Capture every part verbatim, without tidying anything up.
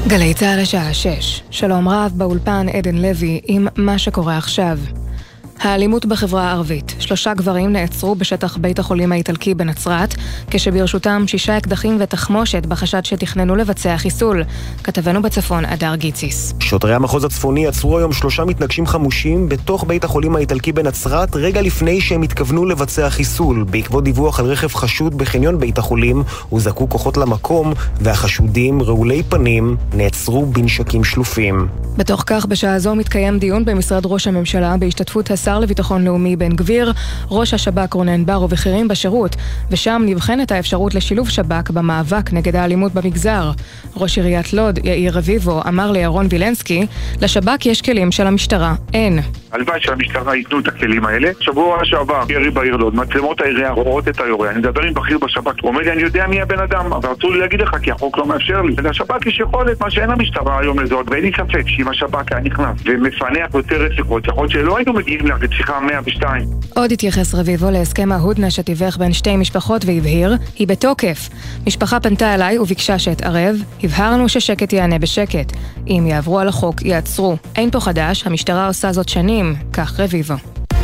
גלי צהל השעה שש. שלום רב, באולפן עדן לוי עם מה שקורה עכשיו. האלימות בחברה הערבית. שלושה גברים נעצרו בשטח בית החולים האיטלקי בנצרת, כשברשותם שישה אקדחים ותחמושת בחשד שתכננו לבצע חיסול. כתבנו בצפון, אדר גיציס. שוטרי המחוז הצפוני עצרו היום שלושה מתנגשים חמושים בתוך בית החולים האיטלקי בנצרת, רגע לפני שהם התכוונו לבצע חיסול. בעקבות דיווח על רכב חשוד בחניון בית החולים, הוזעקו כוחות למקום, והחשודים, רעולי פנים, נעצרו בנשקים שלופים. בתוך כך, בשעה זו מתקיים דיון במשרד ראש הממשלה בהשתתפות השר לביטחון לאומי בן גביר, ראש השב"כ רונן בר ובכירים בשירות, ושם נבחנת האפשרות לשילוב שב"כ במאבק נגד האלימות במגזר. ראש עיריית לוד, יאיר רביבו, אמר לירון וילנסקי, לשב"כ יש כלים של המשטרה, אין. הלוואי שהמשטרה ייתנו את הכלים האלה. שבוע שעבר, ירי בעיר לוד, מצלמות העירייה רואות את היורה. אני מדבר עם בכיר בשב"כ, הוא אומר לי, אני יודע מי הבן אדם, אבל רצו לי להגיד לך, כי החוק לא מאפשר לי. לשב"כ יש יכולת, מה שאין המשטרה היום לזאת, ואין לי ספק שאם השב"כ היה נכנס ומפענח יותר רציחות, יכול שלא היינו מגיעים לרציחה מאה ושתיים. עוד התייחס רביבו להסכם ההודנה שתיווך בין שתי משפחות והבהיר, היא בתוקף. משפחה פנתה אליי וביקשה שאתערב, הבהרנו ששקט יענה בשקט. אם יעברו על החוק, יעצרו. אין פה חדש, המשטרה עושה זאת שנים, כך רביבו.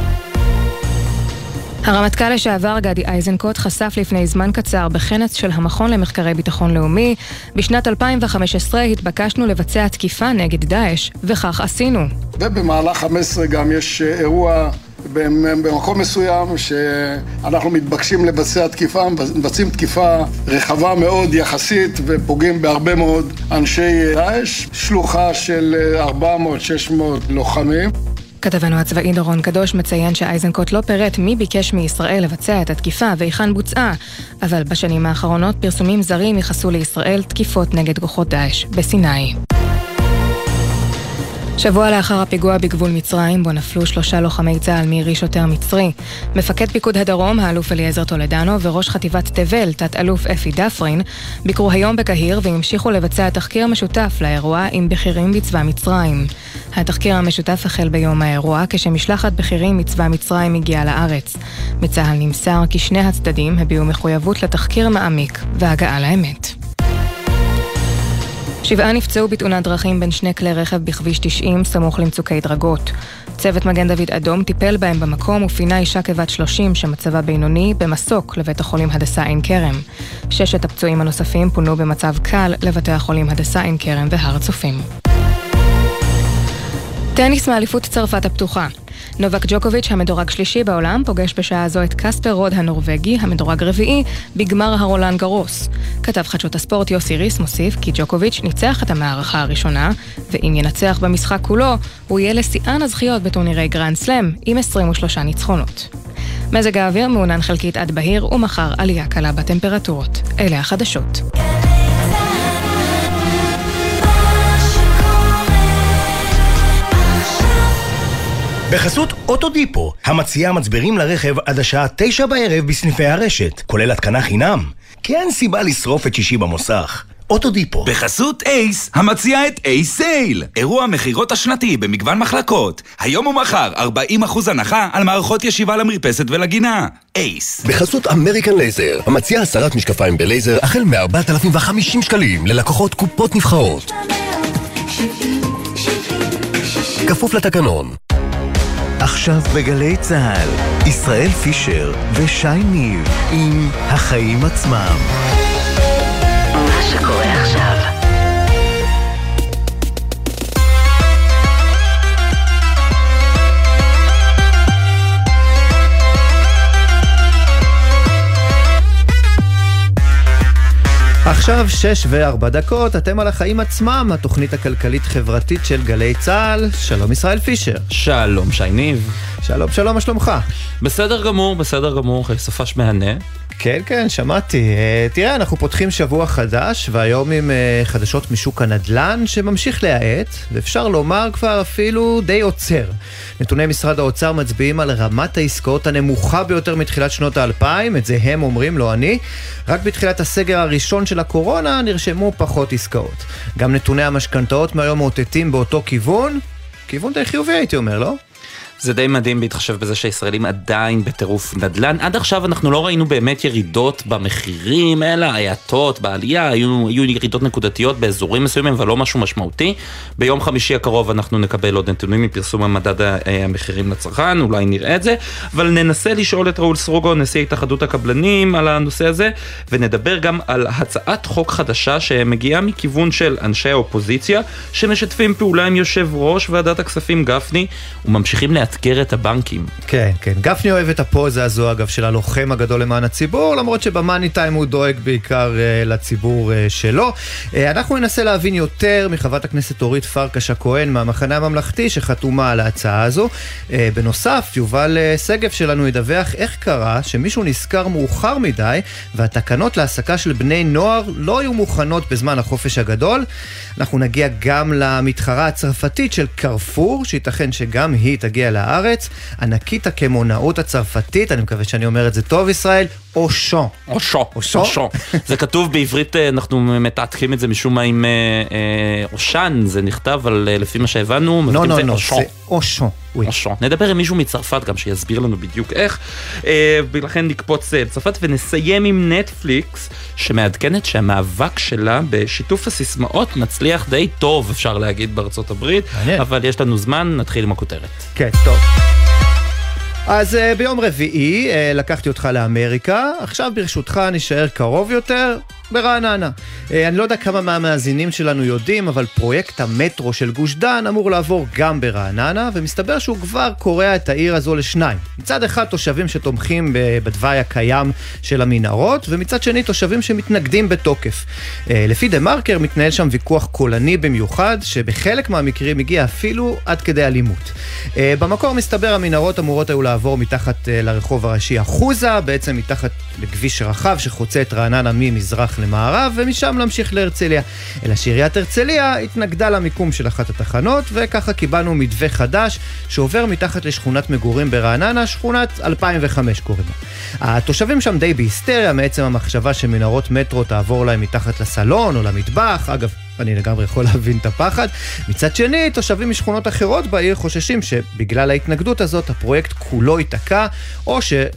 הרמטכ"ל לשעבר גדי איזנקוט חשף לפני זמן קצר בכנס של המכון למחקרי ביטחון לאומי, בשנת אלפיים וחמש עשרה התבקשנו לבצע תקיפה נגד דאעש, וכך עשינו. ובמהלך חמש עשרה גם יש אירוע במקום מסוים שאנחנו מתבקשים לבצע תקיפה, מבצעים תקיפה רחבה מאוד יחסית ופוגעים בהרבה מאוד אנשי דאעש, שלוחה של ארבע מאות שש מאות לוחמים. כתבנו הצבאי דורון קדוש מציין שאייזנקוט לא פירט מי ביקש מישראל לבצע את התקיפה והיכן בוצעה, אבל בשנים האחרונות פרסומים זרים יחסו לישראל תקיפות נגד כוחות דאעש בסיני. שבוע לאחר הפיגוע בגבול מצרים, בו נפלו שלושה לוחמי צה"ל מירי שוטר מצרי, מפקד פיקוד הדרום, האלוף אליעזר טולדנו, וראש חטיבת תבל, תת-אלוף אפי דפרין, ביקרו היום בקהיר והמשיכו לבצע תחקיר משותף לאירוע עם בכירים בצבא מצרים. התחקיר המשותף החל ביום האירוע, כשמשלחת בכירים מצבא מצרים הגיעה לארץ. מצה"ל נמסר כי שני הצדדים הביעו מחויבות לתחקיר מעמיק והגעה לאמת. שבעה נפצעו בתאונת דרכים בין שני כלי רכב בכביש תשעים סמוך למצוקי דרגות. צוות מגן דוד אדום טיפל בהם במקום ופינה אישה כבת שלושים שמצבה בינוני במסוק לבית החולים הדסה עין כרם. ששת הפצועים הנוספים פונו במצב קל לבתי החולים הדסה עין כרם והר הצופים. טניס מאליפות צרפת הפתוחה. נובק ג'וקוביץ' המדורג שלישי בעולם פוגש בשעה זו את קספר רוד הנורווגי המדורג רביעי בגמר הרולאן גרוס. כתב חדשות הספורט יוסי ריס מוסיף כי ג'וקוביץ' ניצח את המערכה הראשונה, ואם ינצח במשחק כולו הוא יהיה לשיאן הזכיות בטורנירי גרנד סלאם עם עשרים ושלושה ניצחונות. מזג האוויר מעונן חלקית עד בהיר ומחר עלייה קלה בטמפרטורות. אלה החדשות. בחסות אוטודיפו, המציעה מצברים לרכב עד השעה תשע בערב בסניפי הרשת, כולל התקנה חינם. כי אין סיבה לשרוף את שישי במוסך. אוטודיפו. בחסות אייס, המציעה את אייס סייל. אירוע מחירות השנתי במגוון מחלקות. היום ומחר ארבעים אחוז הנחה על מערכות ישיבה למרפסת ולגינה. אייס. בחסות אמריקן לייזר, המציעה הסרת משקפיים בלייזר החל מ-ארבעת אלפים וחמישים שקלים ללקוחות קופות נבחרות. כפוף לתקנון. עכשיו בגלי צהל, ישראל פישר ושי ניב עם החיים עצמם. מה שקורה עכשיו. עכשיו שש וארבע דקות, אתם על החיים עצמם, התוכנית הכלכלית-חברתית של גלי צהל. שלום ישראל פישר. שלום שי ניב. שלום שלום, מה שלומך? בסדר גמור, בסדר גמור, סופש מהנה. כן, כן, שמעתי. תראה, אנחנו פותחים שבוע חדש, והיום עם חדשות משוק הנדל"ן שממשיך להאט, ואפשר לומר כבר אפילו די עוצר. נתוני משרד האוצר מצביעים על רמת העסקאות הנמוכה ביותר מתחילת שנות האלפיים, את זה הם אומרים, לא אני. רק בתחילת הסגר הראשון של הקורונה נרשמו פחות עסקאות. גם נתוני המשכנתאות מהיום מאותתים באותו כיוון, כיוון די חיובי הייתי אומר, לא? זה די מדהים בהתחשב בזה שהישראלים עדיין בטירוף נדל"ן. עד עכשיו אנחנו לא ראינו באמת ירידות במחירים, אלא האטות בעלייה, היו, היו ירידות נקודתיות באזורים מסוימים, אבל לא משהו משמעותי. ביום חמישי הקרוב אנחנו נקבל עוד נתונים מפרסום המדד המחירים לצרכן, אולי נראה את זה, אבל ננסה לשאול את ראול סרוגו, נשיא התאחדות הקבלנים, על הנושא הזה, ונדבר גם על הצעת חוק חדשה שמגיעה מכיוון של אנשי האופוזיציה, שמשתפים פעולה עם יושב ראש ועדת הכספים גפני, וממשיכים לאתגר את הבנקים. כן, כן. גפני אוהב את הפוזה הזו, אגב, של הלוחם הגדול למען הציבור, למרות שבמאני טיים הוא דואג בעיקר uh, לציבור uh, שלו. Uh, אנחנו ננסה להבין יותר מחברת הכנסת אורית פרקש הכהן מהמחנה הממלכתי שחתומה על ההצעה הזו. Uh, בנוסף, יובל uh, סגב שלנו ידווח איך קרה שמישהו נזכר מאוחר מדי, והתקנות להעסקה של בני נוער לא היו מוכנות בזמן החופש הגדול. אנחנו נגיע גם למתחרה הצרפתית של קרפור, שייתכן שגם היא תגיע לארץ, ענקית הקמעונאות הצרפתית, אני מקווה שאני אומר את זה טוב ישראל, אושן. אושן, אושן. זה כתוב בעברית, אנחנו מתעתקים את זה משום מה עם אושן, זה נכתב, אבל לפי מה שהבנו, לא, לא, לא, זה אושן. אושן. נדבר עם מישהו מצרפת גם שיסביר לנו בדיוק איך, ולכן נקפוץ לצרפת ונסיים עם נטפליקס, שמעדכנת שהמאבק שלה בשיתוף הסיסמאות מצליח די טוב, אפשר להגיד, בארצות הברית, אבל יש לנו זמן, נתחיל עם הכותרת. כן, טוב. אז uh, ביום רביעי uh, לקחתי אותך לאמריקה, עכשיו ברשותך נשאר קרוב יותר ברעננה. Uh, אני לא יודע כמה מהמאזינים שלנו יודעים, אבל פרויקט המטרו של גוש דן אמור לעבור גם ברעננה, ומסתבר שהוא כבר קורע את העיר הזו לשניים. מצד אחד תושבים שתומכים בדווי הקיים של המנהרות, ומצד שני תושבים שמתנגדים בתוקף. Uh, לפי דה מרקר מתנהל שם ויכוח קולני במיוחד, שבחלק מהמקרים הגיע אפילו עד כדי אלימות. Uh, במקור מסתבר המנהרות אמורות היו לעבור מתחת uh, לרחוב הראשי אחוזה, בעצם מתחת לכביש רחב שחוצה את רעננה ממזרח למערב, ומשם להמשיך להרצליה. אלא שעיריית הרצליה התנגדה למיקום של אחת התחנות, וככה קיבלנו מתווה חדש שעובר מתחת לשכונת מגורים ברעננה, שכונת אלפיים וחמש קוראים. התושבים שם די בהיסטריה מעצם המחשבה שמנהרות מטרו תעבור להם מתחת לסלון או למטבח. אגב, אני לגמרי יכול להבין את הפחד. מצד שני, תושבים משכונות אחרות בעיר חוששים שבגלל ההתנגדות הזאת הפרויקט כולו ייתקע, או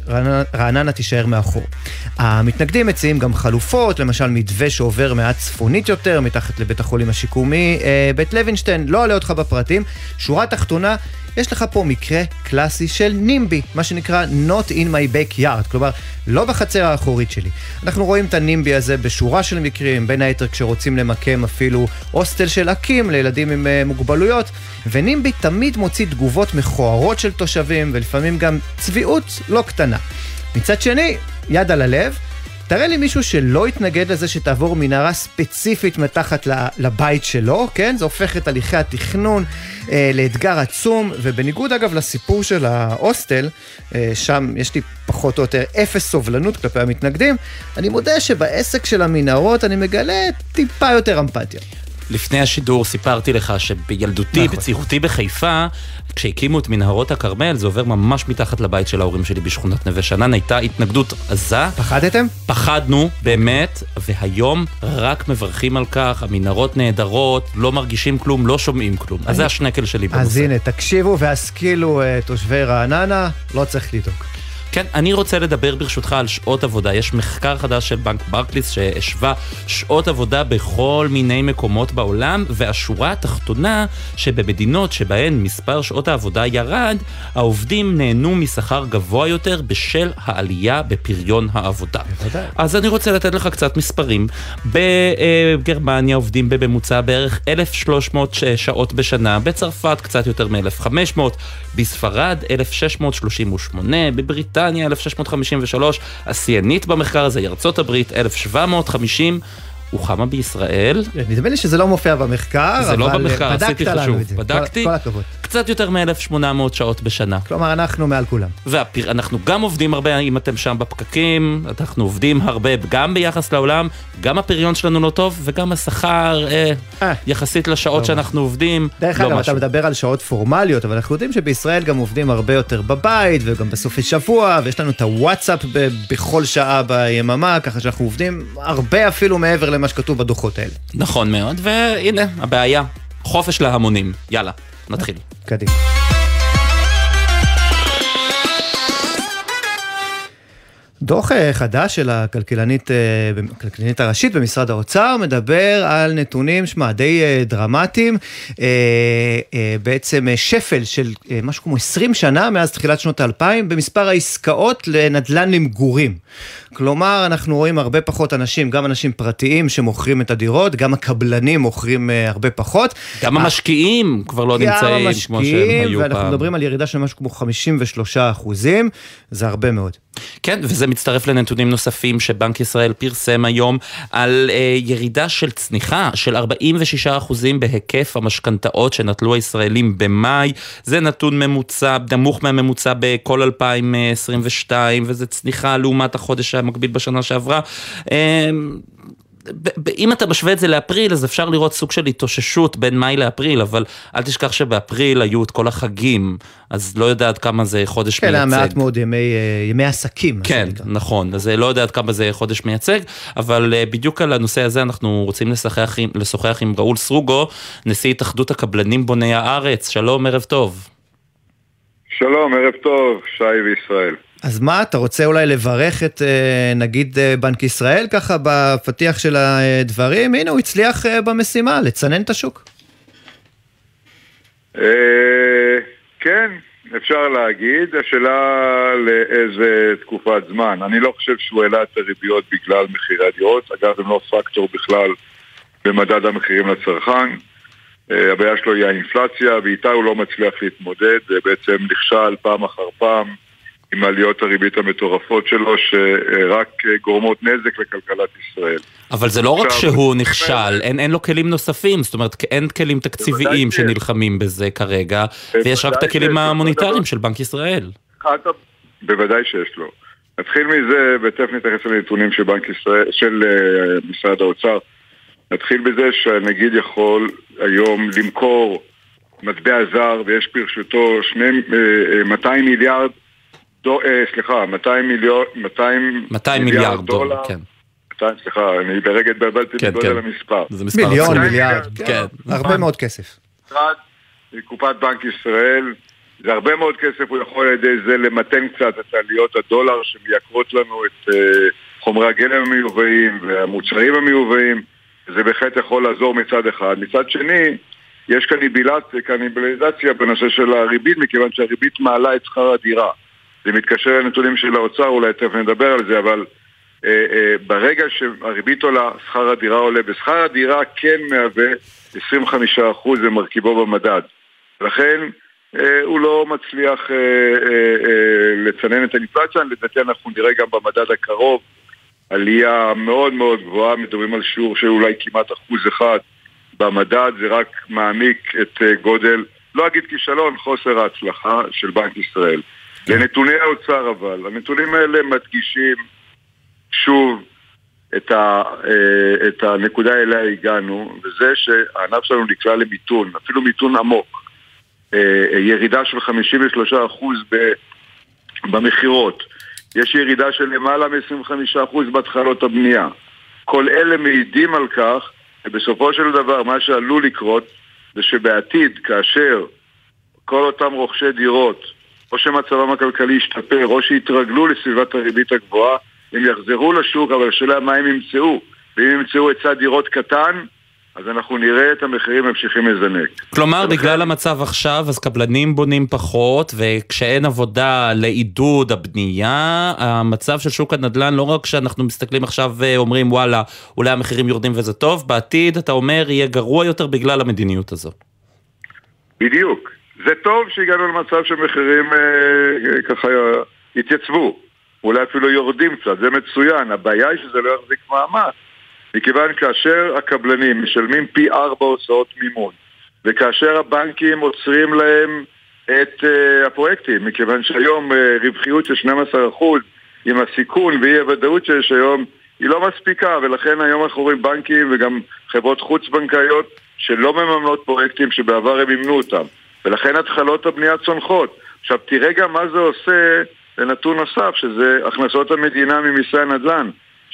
שרעננה תישאר מאחור. המתנגדים מציעים גם חלופות, למשל מתווה שעובר מעט צפונית יותר, מתחת לבית החולים השיקומי, בית לוינשטיין, לא עלה אותך בפרטים. שורה תחתונה, יש לך פה מקרה קלאסי של נימבי, מה שנקרא not in my backyard, כלומר, לא בחצר האחורית שלי. אנחנו רואים את הנימבי הזה בשורה של מקרים, בין היתר כשרוצים למקם אפילו הוסטל של עקים לילדים עם מוגבלויות, ונימבי תמיד מוציא תגובות מכוערות של תושבים, ולפעמים גם צביעות לא קטנה. מצד שני, יד על הלב, תראה לי מישהו שלא יתנגד לזה שתעבור מנהרה ספציפית מתחת לבית שלו, כן? זה הופך את הליכי התכנון אה, לאתגר עצום, ובניגוד אגב לסיפור של ההוסטל, אה, שם יש לי פחות או יותר אפס סובלנות כלפי המתנגדים, אני מודה שבעסק של המנהרות אני מגלה טיפה יותר אמפתיה. לפני השידור סיפרתי לך שבילדותי, נכון. בצעירותי בחיפה, כשהקימו את מנהרות הכרמל, זה עובר ממש מתחת לבית של ההורים שלי בשכונת נווה שאנן, הייתה התנגדות עזה. פחדתם? פחדנו, באמת, והיום רק מברכים על כך, המנהרות נהדרות, לא מרגישים כלום, לא שומעים כלום. אני... אז זה השנקל שלי בנושא. אז הנה, תקשיבו והשכילו תושבי רעננה, לא צריך לדאוג. כן, אני רוצה לדבר ברשותך על שעות עבודה. יש מחקר חדש של בנק ברקליס שהשווה שעות עבודה בכל מיני מקומות בעולם, והשורה התחתונה שבמדינות שבהן מספר שעות העבודה ירד, העובדים נהנו משכר גבוה יותר בשל העלייה בפריון העבודה. בוודאי. אז אני רוצה לתת לך קצת מספרים. בגרמניה עובדים בממוצע בערך אלף ושלוש מאות שעות בשנה, בצרפת קצת יותר מ-אלף וחמש מאות, בספרד אלף ושש מאות שלושים ושמונה, בבריטניה אלף ושש מאות חמישים ושלוש, השיאנית במחקר הזה, ארצות הברית אלף שבע מאות חמישים, וכמה בישראל? נדמה לי שזה לא מופיע במחקר, זה לא במחקר, עשיתי חשוב. בדקתי, כל הכבוד. קצת יותר מ-אלף ושמונה מאות שעות בשנה. כלומר, אנחנו מעל כולם. ואנחנו גם עובדים הרבה, אם אתם שם בפקקים, אנחנו עובדים הרבה גם ביחס לעולם, גם הפריון שלנו לא טוב, וגם השכר אה, יחסית לשעות שאנחנו עובדים. דרך אגב, אתה מדבר על שעות פורמליות, אבל אנחנו יודעים שבישראל גם עובדים הרבה יותר בבית, וגם בסופי שבוע, ויש לנו את הוואטסאפ בכל שעה ביממה, ככה שאנחנו עובדים הרבה אפילו מעבר למה שכתוב בדוחות האלה. נכון מאוד, והנה, הבעיה, חופש להמונים. יאללה, נתחיל. קדימה. דוח חדש של הכלכלנית, הכלכלנית הראשית במשרד האוצר מדבר על נתונים שמה די דרמטיים, בעצם שפל של משהו כמו עשרים שנה מאז תחילת שנות האלפיים במספר העסקאות לנדל"ן למגורים. כלומר, אנחנו רואים הרבה פחות אנשים, גם אנשים פרטיים שמוכרים את הדירות, גם הקבלנים מוכרים הרבה פחות. גם המשקיעים כבר לא נמצאים כמו שהם היו פעם. ואנחנו מדברים על ירידה של משהו כמו חמישים ושלושה אחוזים, זה הרבה מאוד. כן, וזה מצטרף לנתונים נוספים שבנק ישראל פרסם היום על אה, ירידה של צניחה של ארבעים ושישה אחוזים בהיקף המשכנתאות שנטלו הישראלים במאי. זה נתון ממוצע, נמוך מהממוצע בכל אלפיים עשרים ושתיים, וזה צניחה לעומת החודש המקביל בשנה שעברה. אה, אם אתה משווה את זה לאפריל, אז אפשר לראות סוג של התאוששות בין מאי לאפריל, אבל אל תשכח שבאפריל היו את כל החגים, אז לא יודעת כמה זה חודש מייצג. כן, מעט מאוד ימי, ימי עסקים. כן, נכון, אז לא יודעת כמה זה חודש מייצג, אבל בדיוק על הנושא הזה אנחנו רוצים לשוחח עם, לשוחח עם ראול סרוגו, נשיא התאחדות הקבלנים בוני הארץ. שלום, ערב טוב. שלום, ערב טוב, שי וישראל. אז מה, אתה רוצה אולי לברך את נגיד בנק ישראל ככה בפתיח של הדברים? הנה, הוא הצליח במשימה, לצנן את השוק. כן, אפשר להגיד, השאלה לאיזה תקופת זמן. אני לא חושב שהוא העלה את הריביות בגלל מחירי הדירות, אגב, הם לא פקטור בכלל במדד המחירים לצרכן. הבעיה שלו היא האינפלציה, ואיתה הוא לא מצליח להתמודד, בעצם נכשל פעם אחר פעם עם עליות הריבית המטורפות שלו, שרק גורמות נזק לכלכלת ישראל. אבל זה לא רק שהוא נכשל, אין, אין לו כלים נוספים, זאת אומרת, אין כלים תקציביים שנלחמים בזה כרגע, ויש רק את הכלים המוניטריים של בנק ישראל. בוודאי שיש לו. נתחיל מזה, ותכף נתייחס לנתונים של בנק ישראל, של משרד האוצר. נתחיל בזה שהנגיד יכול היום למכור מטבע זר, ויש ברשותו מאתיים מיליארד דו, אה, סליחה, מאתיים מיליון, מאתיים מיליארד דולר, כן. מאתיים, סליחה, אני ברגע התבלבלתי כן, בגודל כן. המספר. זה מספר מיליון, מיליארד, כן. כן. הרבה מאוד כסף. מקופת בנק ישראל, זה הרבה מאוד כסף, הוא יכול על ידי זה למתן קצת את עליות הדולר שמייקרות לנו את uh, חומרי הגלם המיובאים והמוצרים המיובאים, זה בהחלט יכול לעזור מצד אחד. מצד שני, יש קניבליזציה בנושא של הריבית, מכיוון שהריבית מעלה את שכר הדירה. זה מתקשר לנתונים של האוצר, אולי תכף נדבר על זה, אבל אה, אה, ברגע שהריבית עולה, שכר הדירה עולה, ושכר הדירה כן מהווה עשרים וחמישה אחוז במרכיבו במדד. לכן אה, הוא לא מצליח אה, אה, אה, לצנן את האינפלציה, לדעתי אנחנו נראה גם במדד הקרוב, עלייה מאוד מאוד גבוהה, מדברים על שיעור של אולי כמעט אחוז אחד במדד, זה רק מעמיק את אה, גודל, לא אגיד כישלון, חוסר ההצלחה של בנק ישראל. לנתוני האוצר אבל, הנתונים האלה מדגישים שוב את, ה, את הנקודה אליה הגענו, וזה שהענף שלנו נקלע למיתון, אפילו מיתון עמוק, ירידה של חמישים ושלושה אחוז במחירות, יש ירידה של למעלה מ-עשרים וחמישה אחוז בהתחלות הבנייה. כל אלה מעידים על כך, ובסופו של דבר מה שעלול לקרות, זה שבעתיד כאשר כל אותם רוכשי דירות, או שמצבם הכלכלי ישתפר, או שיתרגלו לסביבת הריבית הגבוהה, הם יחזרו לשוק, אבל השאלה מה הם ימצאו. ואם ימצאו היצע דירות קטן, אז אנחנו נראה את המחירים ממשיכים לזנק. כלומר, בגלל המצב עכשיו, אז קבלנים בונים פחות, וכשאין עבודה לעידוד הבנייה, המצב של שוק הנדל"ן, לא רק שאנחנו מסתכלים עכשיו ואומרים, וואלה, אולי המחירים יורדים וזה טוב, בעתיד, אתה אומר, יהיה גרוע יותר בגלל המדיניות הזו. בדיוק. זה טוב שהגענו למצב שמחירים אה, ככה התייצבו, אולי אפילו יורדים קצת, זה מצוין. הבעיה היא שזה לא יחזיק מעמד, מכיוון כאשר הקבלנים משלמים פי ארבע הוצאות מימון, וכאשר הבנקים עוצרים להם את אה, הפרויקטים, מכיוון שהיום אה, רווחיות של שנים עשר אחוז עם הסיכון ואי הוודאות שיש היום, היא לא מספיקה, ולכן היום אנחנו רואים בנקים וגם חברות חוץ בנקאיות שלא מממנות פרויקטים שבעבר הם ימנו אותם. ולכן התחלות הבנייה צונחות. עכשיו תראה גם מה זה עושה לנתון נוסף, שזה הכנסות המדינה ממיסי הנדל"ן,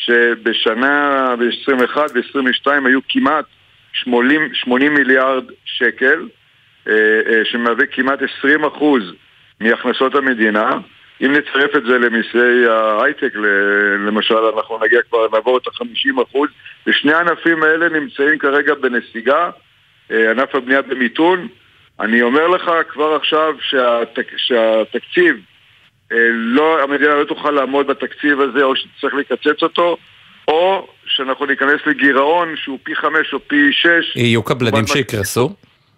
שבשנה ב-עשרים ואחת ו-עשרים ושתיים היו כמעט שמונים מיליארד שקל, שמהווה כמעט עשרים אחוז מהכנסות המדינה, אם נצרף את זה למיסי ההייטק, למשל, אנחנו נגיע כבר לעבור את ה-חמישים אחוז, ושני הענפים האלה נמצאים כרגע בנסיגה, ענף הבנייה במיתון. אני אומר לך כבר עכשיו שהתק... שהתקציב, לא, המדינה לא תוכל לעמוד בתקציב הזה, או שצריך לקצץ אותו, או שאנחנו ניכנס לגירעון שהוא פי חמש או פי שש. יהיו קבלנים שיקרסו?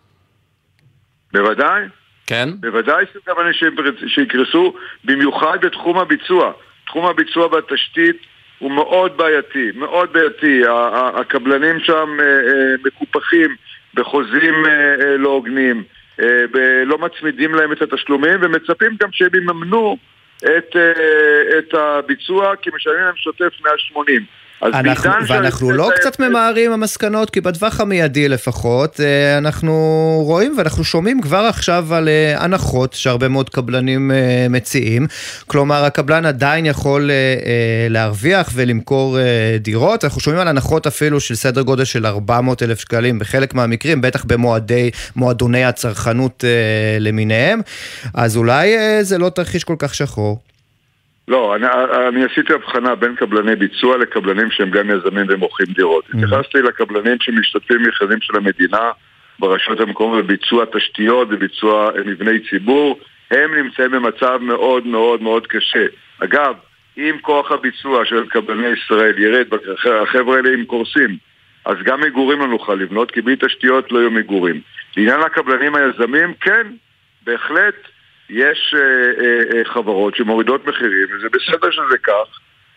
בוודאי. כן? בוודאי שקבלנים שיקרסו, במיוחד בתחום הביצוע. תחום הביצוע בתשתית הוא מאוד בעייתי, מאוד בעייתי. הקבלנים שם מקופחים בחוזים לא הוגנים, לא מצמידים להם את התשלומים, ומצפים גם שהם יממנו את, את הביצוע, כי משלמים להם שוטף מאה ושמונים. אנחנו, ואנחנו לא קצת ממהרים המסקנות, כי בטווח המיידי לפחות, אנחנו רואים ואנחנו שומעים כבר עכשיו על הנחות שהרבה מאוד קבלנים מציעים, כלומר הקבלן עדיין יכול להרוויח ולמכור דירות, אנחנו שומעים על הנחות אפילו של סדר גודל של ארבע מאות אלף שקלים בחלק מהמקרים, בטח במועדי, מועדוני הצרכנות למיניהם, אז אולי זה לא תרחיש כל כך שחור. לא, אני, אני עשיתי הבחנה בין קבלני ביצוע לקבלנים שהם גם יזמים ומוכרים דירות. Mm-hmm. התייחסתי לקבלנים שמשתתפים במכרזים של המדינה ברשויות המקומיות בביצוע תשתיות, בביצוע מבני ציבור. הם נמצאים במצב מאוד מאוד מאוד קשה. אגב, אם כוח הביצוע של קבלני ישראל ירד, החבר'ה האלה עם קורסים, אז גם מגורים לא נוכל לבנות, כי בלי תשתיות לא יהיו מגורים. לעניין הקבלנים היזמים, כן, בהחלט, יש אה, אה, חברות שמורידות מחירים, וזה בסדר שזה כך.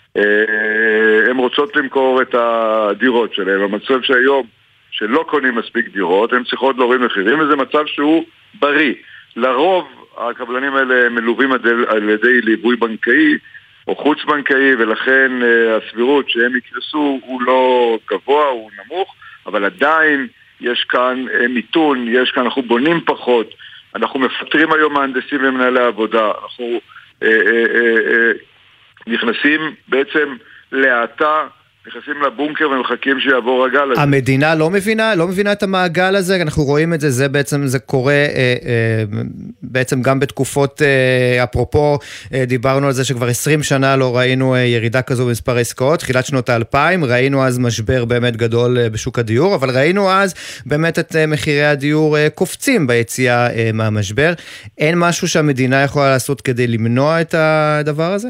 אה, הן רוצות למכור את הדירות שלהן. המצב שהיום שלא קונים מספיק דירות, הן צריכות להוריד מחירים, וזה מצב שהוא בריא. לרוב הקבלנים האלה מלווים על ידי ליווי בנקאי או חוץ בנקאי, ולכן אה, הסבירות שהם יקרסו הוא לא גבוה, הוא נמוך, אבל עדיין יש כאן אה, מיתון, יש כאן, אנחנו בונים פחות, אנחנו מפטרים היום מהנדסים ומנהלי העבודה, אנחנו אה, אה, אה, נכנסים בעצם להאטה, נכנסים לבונקר ומחכים שיעבור הגל הזה. המדינה לא מבינה, לא מבינה את המעגל הזה, אנחנו רואים את זה, זה בעצם, זה קורה אה, אה, בעצם גם בתקופות, אה, אפרופו, אה, דיברנו על זה שכבר עשרים שנה לא ראינו אה, ירידה כזו במספר עסקאות, תחילת שנות האלפיים, ראינו אז משבר באמת גדול אה, בשוק הדיור, אבל ראינו אז באמת את אה, מחירי הדיור אה, קופצים ביציאה אה, מהמשבר. אין משהו שהמדינה יכולה לעשות כדי למנוע את הדבר הזה?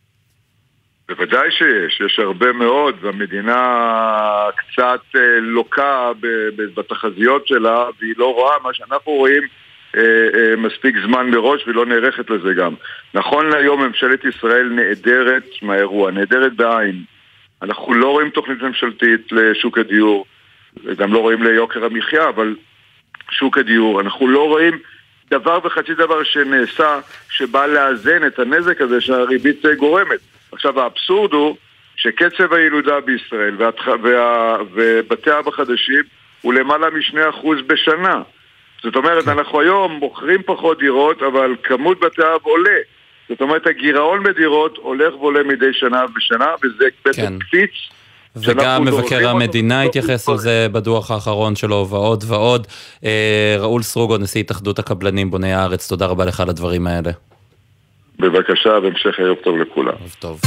בוודאי שיש, יש הרבה מאוד, והמדינה קצת אה, לוקה בתחזיות שלה, והיא לא רואה מה שאנחנו רואים אה, אה, מספיק זמן מראש, והיא לא נערכת לזה גם. נכון להיום ממשלת ישראל נעדרת מהאירוע, נעדרת בעין. אנחנו לא רואים תוכנית ממשלתית לשוק הדיור, גם לא רואים ליוקר המחיה, אבל שוק הדיור, אנחנו לא רואים דבר וחצי דבר שנעשה, שבא לאזן את הנזק הזה שהריבית גורמת. עכשיו האבסורד הוא שקצב הילודה בישראל והתח... וה... ובתי אב החדשים הוא למעלה משני אחוז בשנה. זאת אומרת, אנחנו היום מוכרים פחות דירות, אבל כמות בתי אב עולה. זאת אומרת, הגירעון בדירות הולך ועולה מדי שנה בשנה, וזה בעצם קפיץ. וגם מבקר המדינה התייחס לזה בדוח האחרון שלו, ועוד ועוד. ראול סרוגו, נשיא התאחדות הקבלנים בוני הארץ, תודה רבה לך על הדברים האלה. בבקשה, בהמשך ערב טוב לכולם. ערב טוב.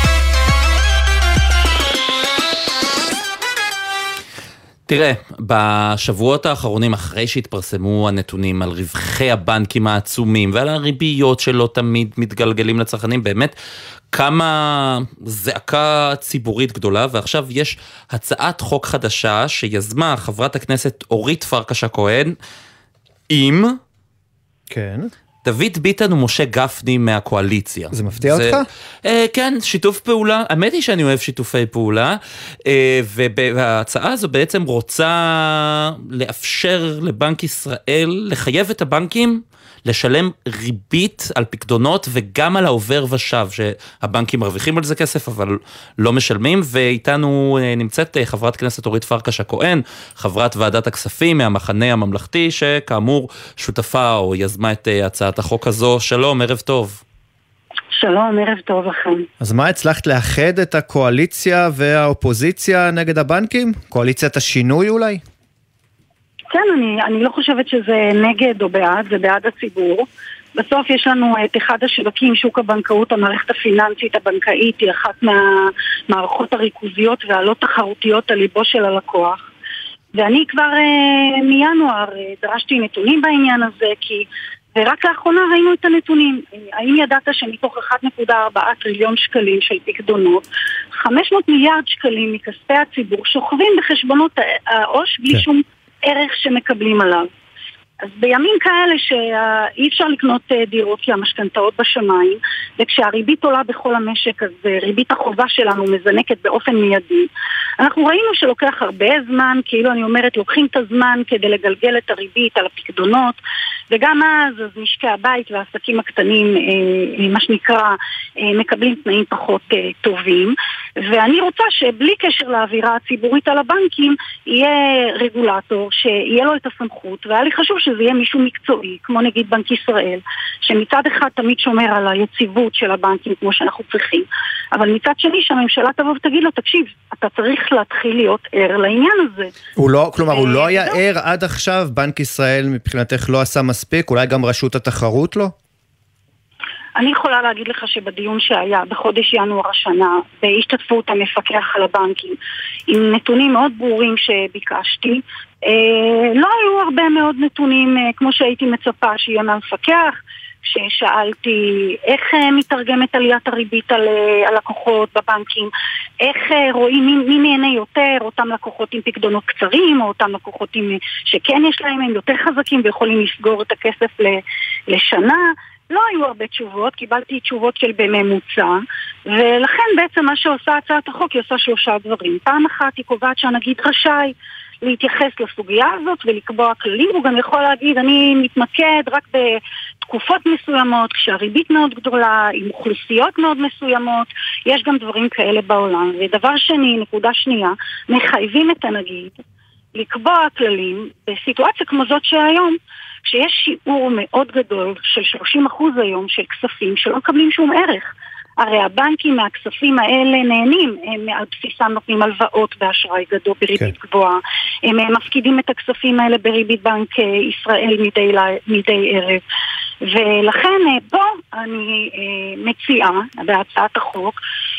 תראה, בשבועות האחרונים, אחרי שהתפרסמו הנתונים על רווחי הבנקים העצומים, ועל הריביות שלא תמיד מתגלגלים לצרכנים, באמת כמה זעקה ציבורית גדולה, ועכשיו יש הצעת חוק חדשה שיזמה חברת הכנסת אורית פרקש הכהן, עם... כן... דוד ביטן ומשה גפני מהקואליציה. זה מפתיע זה, אותך? אה, כן, שיתוף פעולה. האמת היא שאני אוהב שיתופי פעולה, אה, וההצעה הזו בעצם רוצה לאפשר לבנק ישראל, לחייב את הבנקים לשלם ריבית על פקדונות וגם על העובר ושב, שהבנקים מרוויחים על זה כסף אבל לא משלמים, ואיתנו נמצאת חברת כנסת אורית פרקש הכהן, חברת ועדת הכספים מהמחנה הממלכתי, שכאמור שותפה או יזמה את הצעת החוק הזו. שלום, ערב טוב. שלום, ערב טוב לכם. אז מה, הצלחת לאחד את הקואליציה והאופוזיציה נגד הבנקים? קואליציית השינוי אולי? כן, אני, אני לא חושבת שזה נגד או בעד, זה בעד הציבור. בסוף יש לנו את אחד השווקים, שוק הבנקאות, המערכת הפיננסית הבנקאית, היא אחת מהמערכות הריכוזיות והלא תחרותיות על ליבו של הלקוח. ואני כבר אה, מינואר אה, דרשתי נתונים בעניין הזה, כי ורק לאחרונה ראינו את הנתונים. האם ידעת שמתוך אחת נקודה ארבע טריליון שקלים של פקדונות, חמש מאות מיליארד שקלים מכספי הציבור שוכבים בחשבונות העו"ש בלי שום ערך שמקבלים עליו? אז בימים כאלה שאי אפשר לקנות דירות כי המשכנתאות בשמיים, וכשהריבית עולה בכל המשק, אז ריבית החובה שלנו מזנקת באופן מיידי. אנחנו ראינו שלוקח הרבה זמן, כאילו אני אומרת, לוקחים את הזמן כדי לגלגל את הריבית על הפקדונות, וגם אז, אז משקי הבית והעסקים הקטנים, מה שנקרא, מקבלים תנאים פחות טובים. ואני רוצה שבלי קשר לאווירה הציבורית על הבנקים, יהיה רגולטור שיהיה לו את הסמכות, והיה לי חשוב שזה יהיה מישהו מקצועי, כמו נגיד בנק ישראל, שמצד אחד תמיד שומר על היציבות של הבנקים כמו שאנחנו צריכים, אבל מצד שני שהממשלה תבוא ותגיד לו, תקשיב, אתה צריך להתחיל להיות ער לעניין הזה. הוא לא, כלומר, הוא לא היה ער עד עכשיו, בנק ישראל מבחינתך לא עשה מספיק, אולי גם רשות התחרות לא? אני יכולה להגיד לך שבדיון שהיה בחודש ינואר השנה, בהשתתפות המפקח על הבנקים, עם נתונים מאוד ברורים שביקשתי, אה, לא היו הרבה מאוד נתונים אה, כמו שהייתי מצפה שיהיה מהמפקח, כששאלתי איך אה, מתרגמת עליית הריבית על אה, הלקוחות בבנקים, איך אה, רואים מי, מי נהנה יותר, אותם לקוחות עם פקדונות קצרים, או אותם לקוחות עם, שכן יש להם, הם יותר חזקים ויכולים לסגור את הכסף לשנה. לא היו הרבה תשובות, קיבלתי תשובות של בממוצע, ולכן בעצם מה שעושה הצעת החוק, היא עושה שלושה דברים. פעם אחת היא קובעת שהנגיד רשאי להתייחס לסוגיה הזאת ולקבוע כללים, הוא גם יכול להגיד, אני מתמקד רק בתקופות מסוימות, כשהריבית מאוד גדולה, עם אוכלוסיות מאוד מסוימות, יש גם דברים כאלה בעולם. ודבר שני, נקודה שנייה, מחייבים את הנגיד לקבוע כללים בסיטואציה כמו זאת שהיום, כשיש שיעור מאוד גדול של שלושים אחוז היום של כספים שלא מקבלים שום ערך. הרי הבנקים מהכספים האלה נהנים, הם על בסיסם נותנים הלוואות באשראי גדול בריבית okay. גבוהה, הם מפקידים את הכספים האלה בריבית בנק ישראל מדי, מדי ערב. ולכן פה אני מציעה בהצעת החוק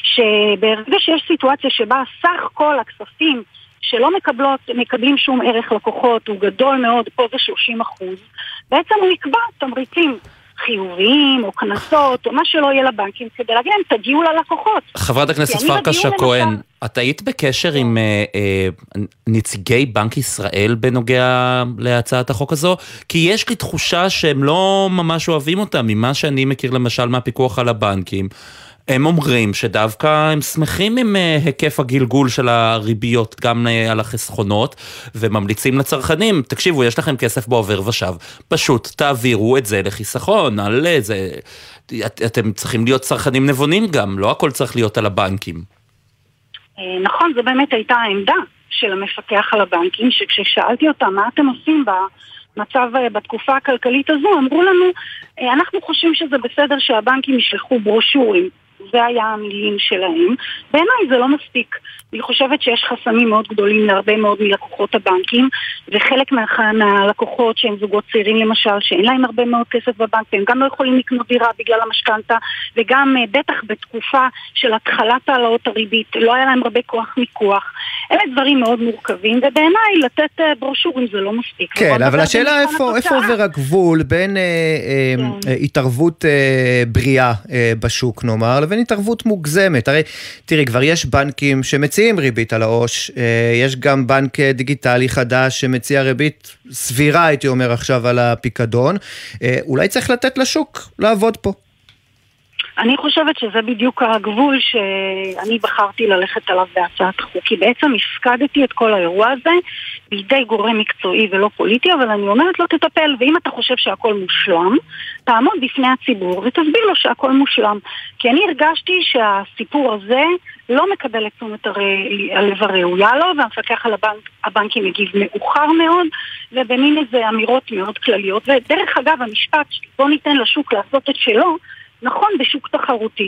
שברגע שיש סיטואציה שבה סך כל הכספים שלא מקבלות, מקבלים שום ערך לקוחות, הוא גדול מאוד, פה זה שלושים אחוז, בעצם הוא יקבע תמריצים חיוביים או כנסות או מה שלא יהיה לבנקים כדי להגיד להם, תגיעו ללקוחות. חברת הכנסת פרקש הכהן, את היית בקשר עם אה, אה, נציגי בנק ישראל בנוגע להצעת החוק הזו? כי יש לי תחושה שהם לא ממש אוהבים אותה, ממה שאני מכיר למשל מהפיקוח על הבנקים. הם אומרים שדווקא הם שמחים עם היקף הגלגול של הריביות גם על החסכונות, וממליצים לצרכנים, תקשיבו, יש לכם כסף בעובר ושב, פשוט תעבירו את זה לחיסכון, על זה, את, אתם צריכים להיות צרכנים נבונים גם, לא הכל צריך להיות על הבנקים. נכון, זו באמת הייתה העמדה של המפקח על הבנקים, שכששאלתי אותם מה אתם עושים בה, מצב בתקופה הכלכלית הזו, אמרו לנו, אנחנו חושבים שזה בסדר שהבנקים ישלחו ברושורים, זה היה המילים שלהם. בעיניי זה לא מספיק. אני חושבת שיש חסמים מאוד גדולים להרבה מאוד מלקוחות הבנקים, וחלק מהלקוחות שהם זוגות צעירים למשל, שאין להם הרבה מאוד כסף בבנק, והם גם לא יכולים לקנות דירה בגלל המשכנתה, וגם בטח בתקופה של התחלת העלאות הריבית, לא היה להם הרבה כוח מיקוח. אלה דברים מאוד מורכבים, ובעיניי לתת ברושורים זה לא מספיק. כן, אבל השאלה איפה, איפה עובר הגבול בין אה, אה, התערבות אה, בריאה אה, בשוק, נאמר, לבין התערבות מוגזמת. הרי, תראי, כבר יש בנקים שמציעים ריבית על העו"ש, יש גם בנק דיגיטלי חדש שמציע ריבית סבירה, הייתי אומר עכשיו, על הפיקדון. אולי צריך לתת לשוק לעבוד פה. אני חושבת שזה בדיוק הגבול שאני בחרתי ללכת עליו בהצעת החוק, כי בעצם הפקדתי את כל האירוע הזה בידי גורם מקצועי ולא פוליטי, אבל אני אומרת לו תטפל, ואם אתה חושב שהכל מושלם, תעמוד בפני הציבור ותסביר לו שהכל מושלם. כי אני הרגשתי שהסיפור הזה לא מקבל את תשומת הלב הראויה לו, והמפקח על הבנק, הבנקים מגיב מאוחר מאוד, ובמין איזה אמירות מאוד כלליות. ודרך אגב, המשפט, בוא ניתן לשוק לעשות את שלו, נכון בשוק תחרותי.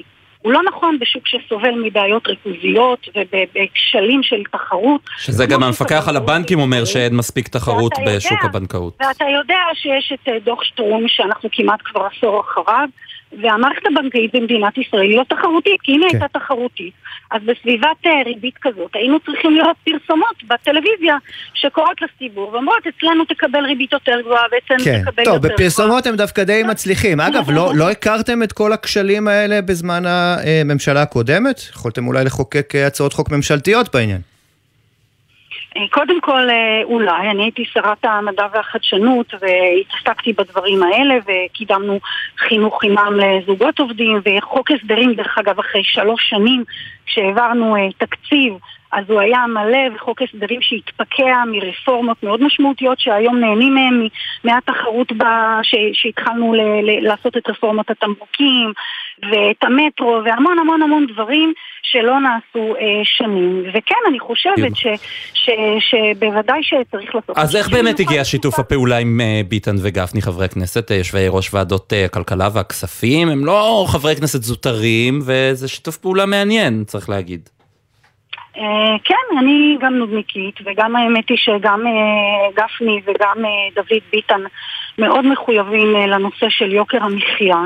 הוא לא נכון בשוק שסובל מבעיות ריכוזיות ובכשלים של תחרות. שזה גם המפקח על הבנקים אומר שאין מספיק תחרות בשוק הבנקאות. ואתה יודע שיש את דוח שטרום שאנחנו כמעט כבר עשור אחריו, והמערכת הבנקאית במדינת ישראל היא לא תחרותית, כי הנה הייתה תחרותית. אז בסביבת ריבית כזאת היינו צריכים לראות פרסומות בטלוויזיה שקורות לציבור, ואומרות אצלנו תקבל ריבית יותר גבוהה ואצלנו תקבל יותר גבוהה. טוב, בפרסומות הם דווקא די מצליחים. אגב, לא הכרתם את כל הכשלים האלה בזמן הממשלה הקודמת? יכולתם אולי לחוקק הצעות חוק ממשלתיות בעניין? קודם כל, אולי, אני הייתי שרת המדע והחדשנות והתעסקתי בדברים האלה וקידמנו חינוך חינם לזוגות עובדים וחוק הסדרים, דרך אגב, אחרי שלוש שנים כשהעברנו תקציב, אז הוא היה מלא וחוק הסדרים שהתפקע מרפורמות מאוד משמעותיות שהיום נהנים מהם מהתחרות שהתחלנו לעשות את רפורמת התמרוקים ואת המטרו והמון המון המון דברים שלא נעשו שנים. וכן, אני חושבת שבוודאי שצריך לעשות. אז איך באמת הגיע שיתוף הפעולה עם ביטן וגפני, חברי הכנסת, יושבי ראש ועדות הכלכלה והכספים? הם לא חברי כנסת זוטרים, וזה שיתוף פעולה מעניין, צריך להגיד. כן, אני גם נודניקית, וגם האמת היא שגם גפני וגם דוד ביטן מאוד מחויבים לנושא של יוקר המחיה.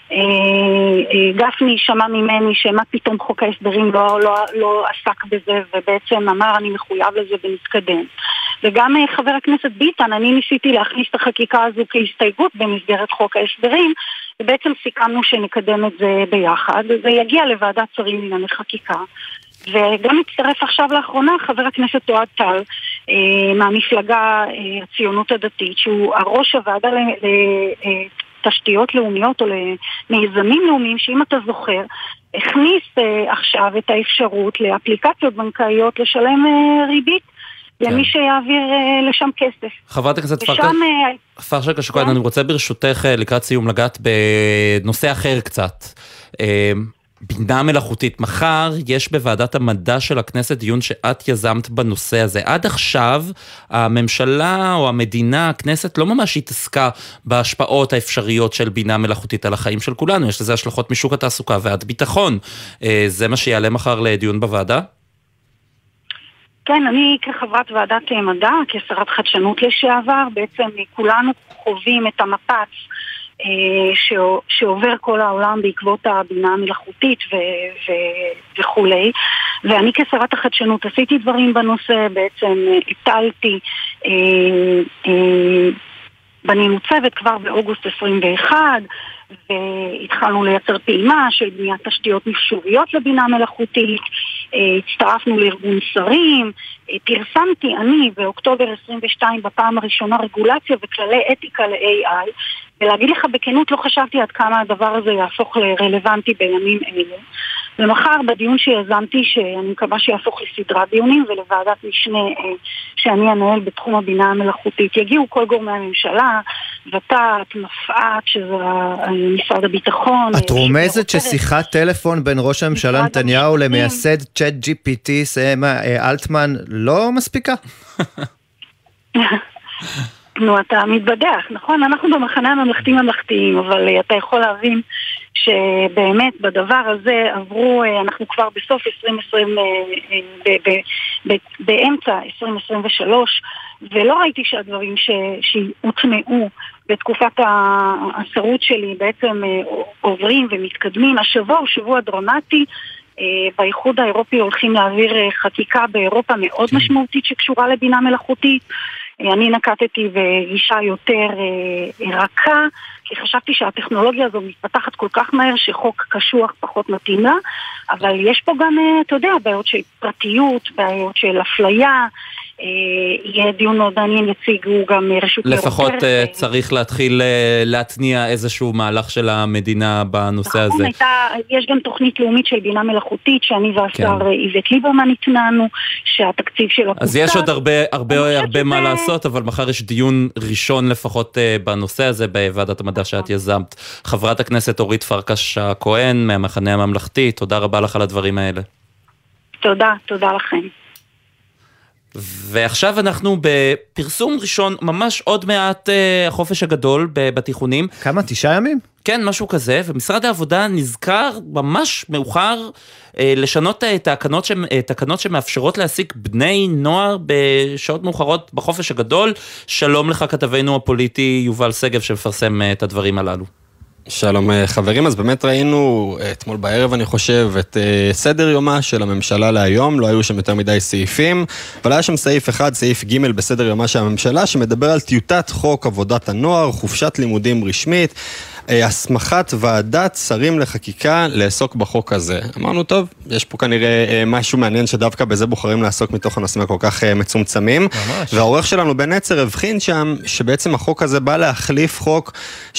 גפני שמע ממני שמה פתאום חוק ההסדרים לא, לא, לא עסק בזה, ובעצם אמר אני מחויב לזה ונתקדם. וגם חבר הכנסת ביטן, אני ניסיתי להכניס את החקיקה הזו כהסתייגות במסגרת חוק ההסדרים, ובעצם סיכמנו שנקדם את זה ביחד, זה יגיע לוועדת שרים לענייני חקיקה. וגם הצטרף עכשיו לאחרונה חבר הכנסת אוהד טל מהמפלגה הציונות הדתית, שהוא הראש הוועדה לתשתיות לאומיות או למיזמים לאומיים, שאם אתה זוכר, הכניס עכשיו את האפשרות לאפליקציות בנקאיות לשלם ריבית למי שיעביר לשם כסף. חברת הכנסת פרקש הכהן, אני רוצה ברשותך לקראת סיום לגעת בנושא אחר קצת. בינה מלאכותית. מחר יש בוועדת המדע של הכנסת דיון שאת יזמת בנושא הזה. עד עכשיו הממשלה או המדינה, הכנסת, לא ממש התעסקה בהשפעות האפשריות של בינה מלאכותית על החיים של כולנו. יש לזה השלכות משוק התעסוקה ועד ביטחון. זה מה שיעלה מחר לדיון בוועדה? כן, אני כחברת ועדת מדע, כשרת חדשנות לשעבר, בעצם כולנו חווים את המפץ שעובר כל העולם בעקבות הבינה המלאכותית וכולי, ואני כשרת החדשנות עשיתי דברים בנושא, בעצם הטלתי, בנינו צוות כבר באוגוסט עשרים ואחת, והתחלנו לייצר פעימה של בניית תשתיות מחשוביות לבינה מלאכותית, הצטרפנו לארגון שרים, פרסמתי אני באוקטובר עשרים ושתיים בפעם הראשונה רגולציה וכללי אתיקה ל-איי איי, ולהגיד לך בכנות לא חשבתי עד כמה הדבר הזה יהפוך לרלוונטי בימים אלה. ומחר בדיון שיזמתי, שאני מקווה שיהפוך לסדרת דיונים ולוועדת משנה שאני אנהל בתחום הבינה המלאכותית, יגיעו כל גורמי הממשלה, ות"ת, מפא"ת, שזה משרד הביטחון. את רומזת ששיחת טלפון בין ראש הממשלה נתניהו למייסד צ'אט ג'י פי טי אלטמן לא מספיקה? נו, אתה מתבדח, נכון? אנחנו במחנה הממלכתי ממלכתיים, אבל אתה יכול להבין שבאמת בדבר הזה עברו, אנחנו כבר בסוף עשרים עשרים, באמצע עשרים עשרים ושלוש, ולא ראיתי שהדברים שהוטמעו בתקופת השירות שלי בעצם עוברים ומתקדמים. השבוע הוא שבוע דרמטי, באיחוד האירופי הולכים להעביר חקיקה באירופה מאוד משמעותית שקשורה לבינה מלאכותית. אני נקטתי בגישה יותר רכה, כי חשבתי שהטכנולוגיה הזו מתפתחת כל כך מהר שחוק קשוח פחות מתאים לה, אבל יש פה גם, אתה יודע, בעיות של פרטיות, בעיות של אפליה, יהיה דיון מאוד מעניין, יציגו גם רשות אירופאית. לפחות צריך להתחיל להתניע איזשהו מהלך של המדינה בנושא הזה. יש גם תוכנית לאומית של בינה מלאכותית, שאני והשר איווט ליברמן התנענו, שהתקציב שלו קוצר. אז יש עוד הרבה מה לעשות, אבל מחר יש דיון ראשון לפחות בנושא הזה, בוועדת המדע שאת יזמת. חברת הכנסת אורית פרקש הכהן, מהמחנה הממלכתי, תודה רבה לך על הדברים האלה. תודה, תודה לכם. ועכשיו אנחנו בפרסום ראשון, ממש עוד מעט החופש הגדול בתיכונים. כמה? תשעה ימים? כן, משהו כזה, ומשרד העבודה נזכר ממש מאוחר אה, לשנות את התקנות, ש... תקנות שמאפשרות להעסיק בני נוער בשעות מאוחרות בחופש הגדול. שלום לך כתבנו הפוליטי יובל סגב שמפרסם את הדברים הללו. שלום חברים, אז באמת ראינו אתמול בערב אני חושב את סדר יומה של הממשלה להיום, לא היו שם יותר מדי סעיפים, אבל היה שם סעיף אחד, סעיף ג' בסדר יומה של הממשלה, שמדבר על טיוטת חוק עבודת הנוער, חופשת לימודים רשמית, הסמכת ועדת שרים לחקיקה לעסוק בחוק הזה. אמרנו, טוב, יש פה כנראה משהו מעניין שדווקא בזה בוחרים לעסוק מתוך הנושאים כל כך מצומצמים. ממש. והעורך שלנו בן עצר הבחין שם שבעצם החוק הזה בא להחליף חוק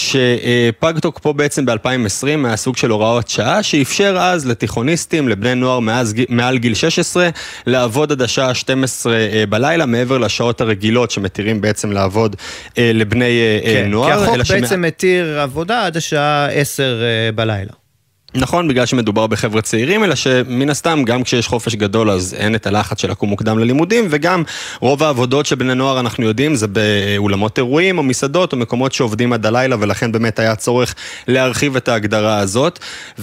שפג תוקפו בעצם ב-אלפיים ועשרים מהסוג של הוראות שעה, שאפשר אז לתיכוניסטים, לבני נוער מאז, מעל גיל שש עשרה, לעבוד עד השעה שתים עשרה בלילה, מעבר לשעות הרגילות שמתירים בעצם לעבוד לבני כן, נוער. כי החוק בעצם שמע... מתיר עבודה עד השעה עשר בלילה. נכון, בגלל שמדובר בחבר'ה צעירים, אלא שמן הסתם, גם כשיש חופש גדול, אז אין את הלחץ של לקום מוקדם ללימודים, וגם רוב העבודות שבני נוער אנחנו יודעים, זה באולמות אירועים או מסעדות, או מקומות שעובדים עד הלילה, ולכן באמת היה צורך להרחיב את ההגדרה הזאת,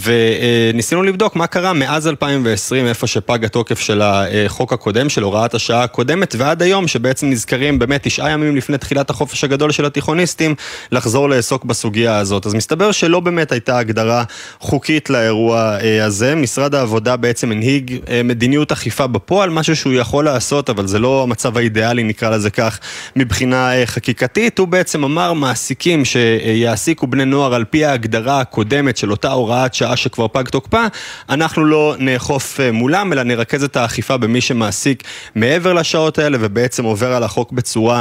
וניסינו לבדוק מה קרה מאז אלפיים ועשרים, איפה שפג התוקף של החוק הקודם, של הוראת השעה הקודמת, ועד היום, שבעצם נזכרים באמת תשעה ימים לפני תחילת החופש הגדול של התיכוניסטים, לחזור לעסוק בסוגיה הזאת. אז מסתבר שלא באמת הייתה הגדרה חוקית לאירוע הזה. משרד העבודה בעצם הנהיג מדיניות אכיפה בפועל, משהו שהוא יכול לעשות, אבל זה לא המצב האידיאלי, נקרא לזה כך, מבחינה חקיקתית. הוא בעצם אמר, מעסיקים שיעסיקו בני נוער על פי ההגדרה הקודמת של אותה הוראת שעה שכבר פג תוקפה, אנחנו לא נאכוף מולם, אלא נרכז את האכיפה במי שמעסיק מעבר לשעות האלה, ובעצם עובר על החוק בצורה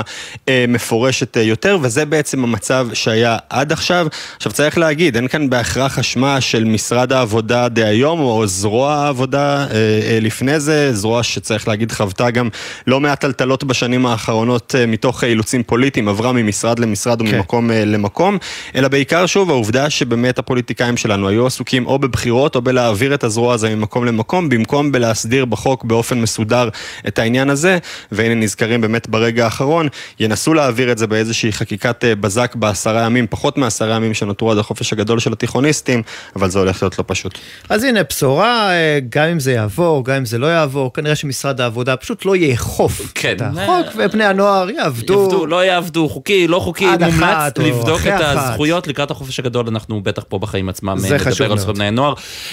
מפורשת יותר, וזה בעצם המצב שהיה עד עכשיו. עכשיו צריך להגיד, אין כאן בהכרח אשמה של משרד העבודה דהיום, או זרוע העבודה אה, לפני זה, זרוע שצריך להגיד חוותה גם לא מעט טלטלות בשנים האחרונות אה, מתוך אילוצים פוליטיים, עברה ממשרד למשרד okay. וממקום אה, למקום, אלא בעיקר שוב העובדה שבאמת הפוליטיקאים שלנו היו עסוקים או בבחירות או בלהעביר את הזרוע הזה ממקום למקום, במקום בלהסדיר בחוק באופן מסודר את העניין הזה, והנה נזכרים באמת ברגע האחרון, ינסו להעביר את זה באיזושהי חקיקת אה, בזק בעשרה ימים, פחות מעשרה ימים שנותרו עד החופש הגדול של התיכוניסטים, אבל זה הולך להיות לא פשוט. אז הנה בשורה, גם אם זה יעבור, גם אם זה לא יעבור, כנראה שמשרד העבודה פשוט לא יאכוף כן. את החוק, ובני הנוער יעבדו. יעבדו, לא יעבדו, חוקי, לא חוקי, מומלץ לבדוק את הזכויות לקראת החופש הגדול, אנחנו בטח פה בחיים עצמם נדבר על זכויות בני הנוער.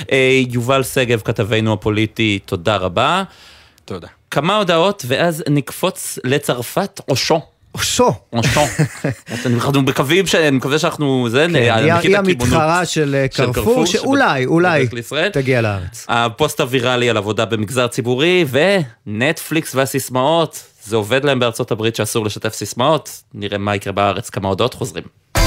יובל סגב, כתבנו הפוליטי, תודה רבה. תודה. כמה הודעות, ואז נקפוץ לצרפת, אושו. אושו. אושו. אנחנו מקווים, אני מקווה שאנחנו, זה, היא המתחרה של קרפור, שאולי, אולי תגיע לארץ. הפוסט הוויראלי על עבודה במגזר ציבורי, ונטפליקס והסיסמאות, זה עובד להם בארצות הברית שאסור לשתף סיסמאות, נראה מה יקרה בארץ, כמה הודעות חוזרים.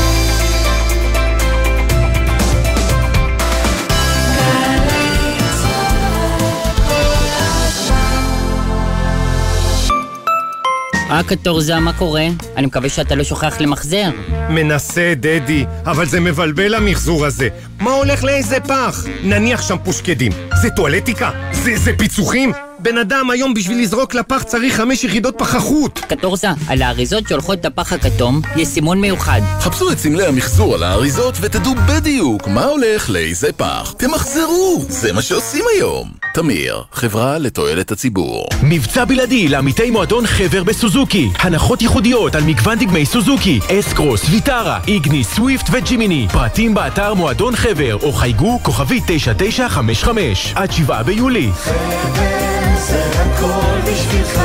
אה, קטורזה, מה קורה? אני מקווה שאתה לא שוכח למחזר. מנסה, דדי, אבל זה מבלבל המחזור הזה. מה הולך לאיזה פח? נניח שם פושקדים. זה טואלטיקה? זה, זה פיצוחים? בן אדם היום בשביל לזרוק לפח צריך חמש יחידות פחחות. קטורזה, על האריזות שהולכות לפח הכתום יש סימון מיוחד. חפשו את סמלי המחזור על האריזות ותדעו בדיוק מה הולך לאיזה פח. תמחזרו, זה מה שעושים היום. תמיר, חברה לתועלת הציבור. מבצע בלעדי לעמיתי מועדון חבר בסוזוקי. הנחות ייחודיות על מגוון דגמי סוזוקי, אס-קרוס, ויטרה, איגני, סוויפט וג'ימיני. פרטים באתר מועדון חבר או חייגו כוכבי תשע תשע חמש חמש עד שבעה ביולי. זה הכל בשבילך,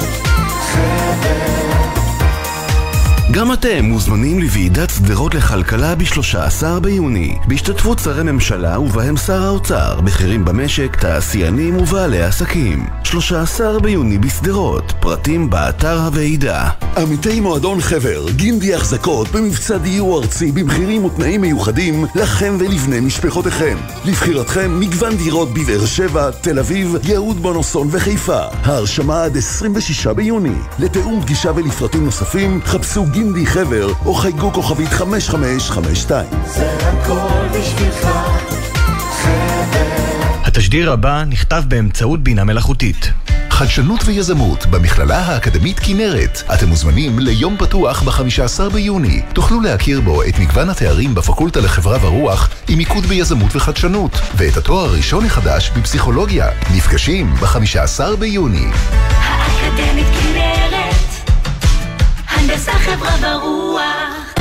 חבר. גם אתם מוזמנים לוועידת סדרות לכלכלה ב-שלושה עשר ביוני, בהשתתפות שרי ממשלה ובהם שר האוצר, בכירים במשק, תעשיינים ובעלי עסקים. שלושה עשר ביוני בסדרות, פרטים באתר הוועידה. עמיתי מועדון חבר, גינדי החזקות במבצע דיור ארצי במחירים ותנאים מיוחדים לכם ולבני משפחותיכם. לבחירתכם מגוון דירות בבאר שבע, תל אביב, יהוד בונוסון וחיפה. ההרשמה עד עשרים ושישה ביוני. לתאום פגישה ולפרטים נוספים, חפשו גינדי חבר או חייגו כוכבית חמש חמש חמש שתיים. זה הכל בשבילך, חבר. התשדיר הבא נכתב באמצעות בינה מלאכותית. חדשנות ויזמות במכללה האקדמית כנרת. אתם מוזמנים ליום פתוח ב-חמישה עשר ביוני. תוכלו להכיר בו את מגוון התארים בפקולטה לחברה ורוח עם מיקוד ביזמות וחדשנות, ואת התואר הראשון החדש בפסיכולוגיה. נפגשים ב-חמישה עשר ביוני. האקדמית כנרת, הנדסה חברה ורוח.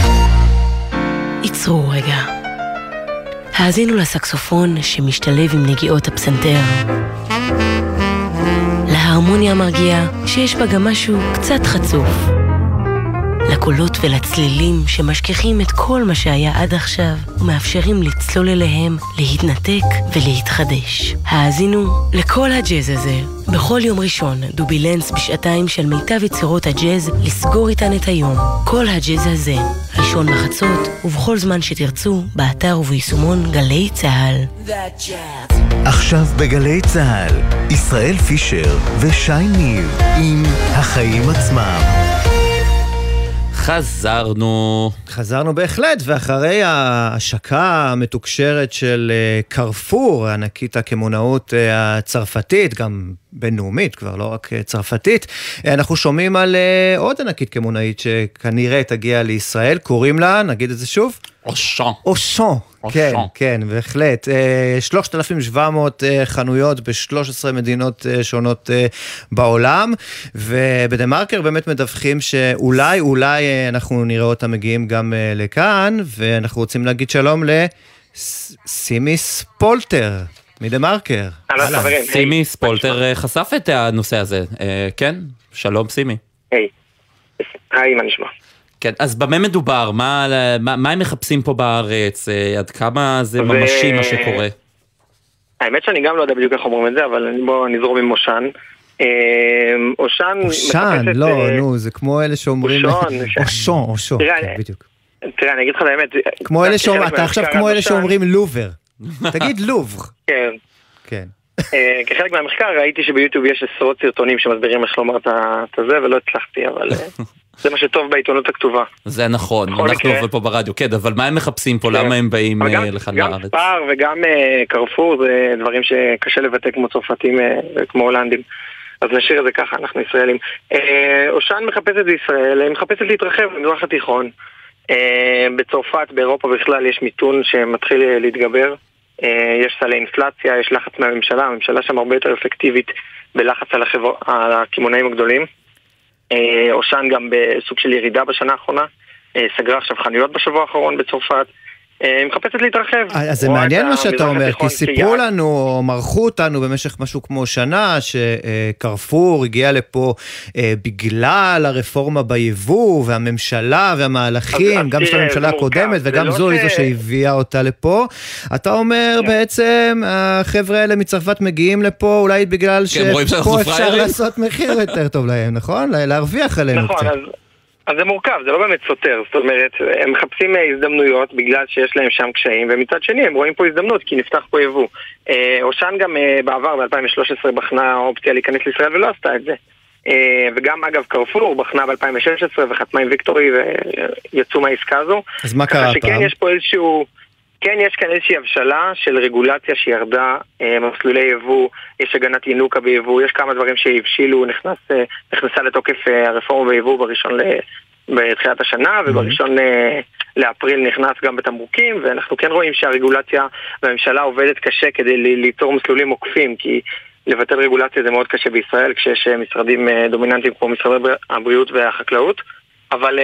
עצרו רגע. האזינו לסקסופון שמשתלב עם נגיעות הפסנתר. להרמוניה המרגיעה שיש בה גם משהו קצת חצוף. לקולות ולצלילים שמשכיחים את כל מה שהיה עד עכשיו ומאפשרים לצלול אליהם, להתנתק ולהתחדש. האזינו לכל הג'אז הזה. בכל יום ראשון דובילנס בשעתיים של מיטב יצירות הג'אז לסגור איתן את היום. כל הג'אז הזה, ראשון בחצות ובכל זמן שתרצו, באתר וביישומון גלי צהל. עכשיו בגלי צהל, ישראל פישר ושי ניב עם החיים עצמם. חזרנו. חזרנו בהחלט, ואחרי ההשקה המתוקשרת של קרפור, ענקית הקמעונאות הצרפתית, גם בינלאומית, כבר לא רק צרפתית, אנחנו שומעים על עוד ענקית קמעונאית שכנראה תגיע לישראל, קוראים לה, נגיד את זה שוב? אושן. אושן, כן, כן, בהחלט. שלושת אלפים שבע מאות חנויות ב-שלוש עשרה מדינות שונות בעולם, ובדמרקר באמת מדווחים שאולי, אולי אנחנו נראה אותם מגיעים גם לכאן, ואנחנו רוצים להגיד שלום לסימי ספולטר. מדמרקר. סימי ספולטר חשף את הנושא הזה, כן? שלום סימי. היי, היי, מה נשמע? כן, אז במה מדובר? מה, מה, מה הם מחפשים פה בארץ? עד כמה זה ממשי מה שקורה? האמת שאני גם לא יודע בדיוק איך אומרים את זה, אבל בואו נזרום עם מושן. אושן... אושן, לא, נו, זה כמו אלה שאומרים... אושן, אושן, בדיוק. תראה, אני אגיד לך באמת... כמו אלה שאומרים, אתה עכשיו כמו אלה שאומרים לובר. תגיד לובר. כן. כן. כחלק מהמחקר ראיתי שביוטיוב יש עשרות סרטונים שמסבירים איך לומר את זה, ולא הצלחתי, אבל זה מה שטוב בעיתונות הכתובה. זה נכון, אנחנו עובדים פה ברדיו, כן, אבל מה הם מחפשים פה, למה הם באים לכאן לארץ? גם ספאר וגם קרפור זה דברים שקשה לבטא כמו צרפתים וכמו הולנדים, אז נשאיר את זה ככה, אנחנו ישראלים. אושן מחפשת בישראל, היא מחפשת להתרחב במזרח התיכון. בצרפת, באירופה בכלל יש מיתון שמתחיל להתגבר, יש סלי אינפלציה, יש לחץ מהממשלה, הממשלה שם הרבה יותר אפקטיבית בלחץ על, החבר... על הכימונאים הגדולים. אושן גם בסוג של ירידה בשנה האחרונה, סגרה עכשיו חנויות בשבוע האחרון בצרפת, היא מחפשת להתרחב. אז זה מעניין מה שאתה אומר, כי סיפרו לנו, או מרחו אותנו במשך משהו כמו שנה, שקרפור הגיע לפה בגלל הרפורמה ביבוא, והממשלה והמהלכים, גם של הממשלה הקודמת, וגם זו היא זו שהביאה אותה לפה. אתה אומר בעצם, החבר'ה האלה מצרפת מגיעים לפה, אולי בגלל שפה אפשר לעשות מחיר יותר טוב להם, נכון? להרוויח עלינו קצת. אז זה מורכב, זה לא באמת סותר, זאת אומרת, הם מחפשים הזדמנויות בגלל שיש להם שם קשיים, ומצד שני הם רואים פה הזדמנות, כי נפתח פה יבוא. אושן גם בעבר, ב-אלפיים ושלוש עשרה, בחנה אופציה להיכנס לישראל ולא עשתה את זה. וגם אגב קרפור בחנה ב-אלפיים ושש עשרה וחתמה עם ויקטורי ויצאו מהעסקה הזו. אז מה קרה הפעם? שכן יש פה איזשהו... כן, יש כאן איזושהי הבשלה של רגולציה שירדה, מסלולי יבוא, יש הגנת ינוקה ביבוא, יש כמה דברים שהבשילו, נכנס, נכנסה לתוקף הרפורמה ביבוא בראשון בתחילת השנה, ובראשון לאפריל נכנס גם בתמרוקים, ואנחנו כן רואים שהרגולציה והממשלה עובדת קשה כדי ליצור מסלולים עוקפים, כי לבטל רגולציה זה מאוד קשה בישראל, כשיש משרדים דומיננטיים כמו משרד הבריאות והחקלאות, אבל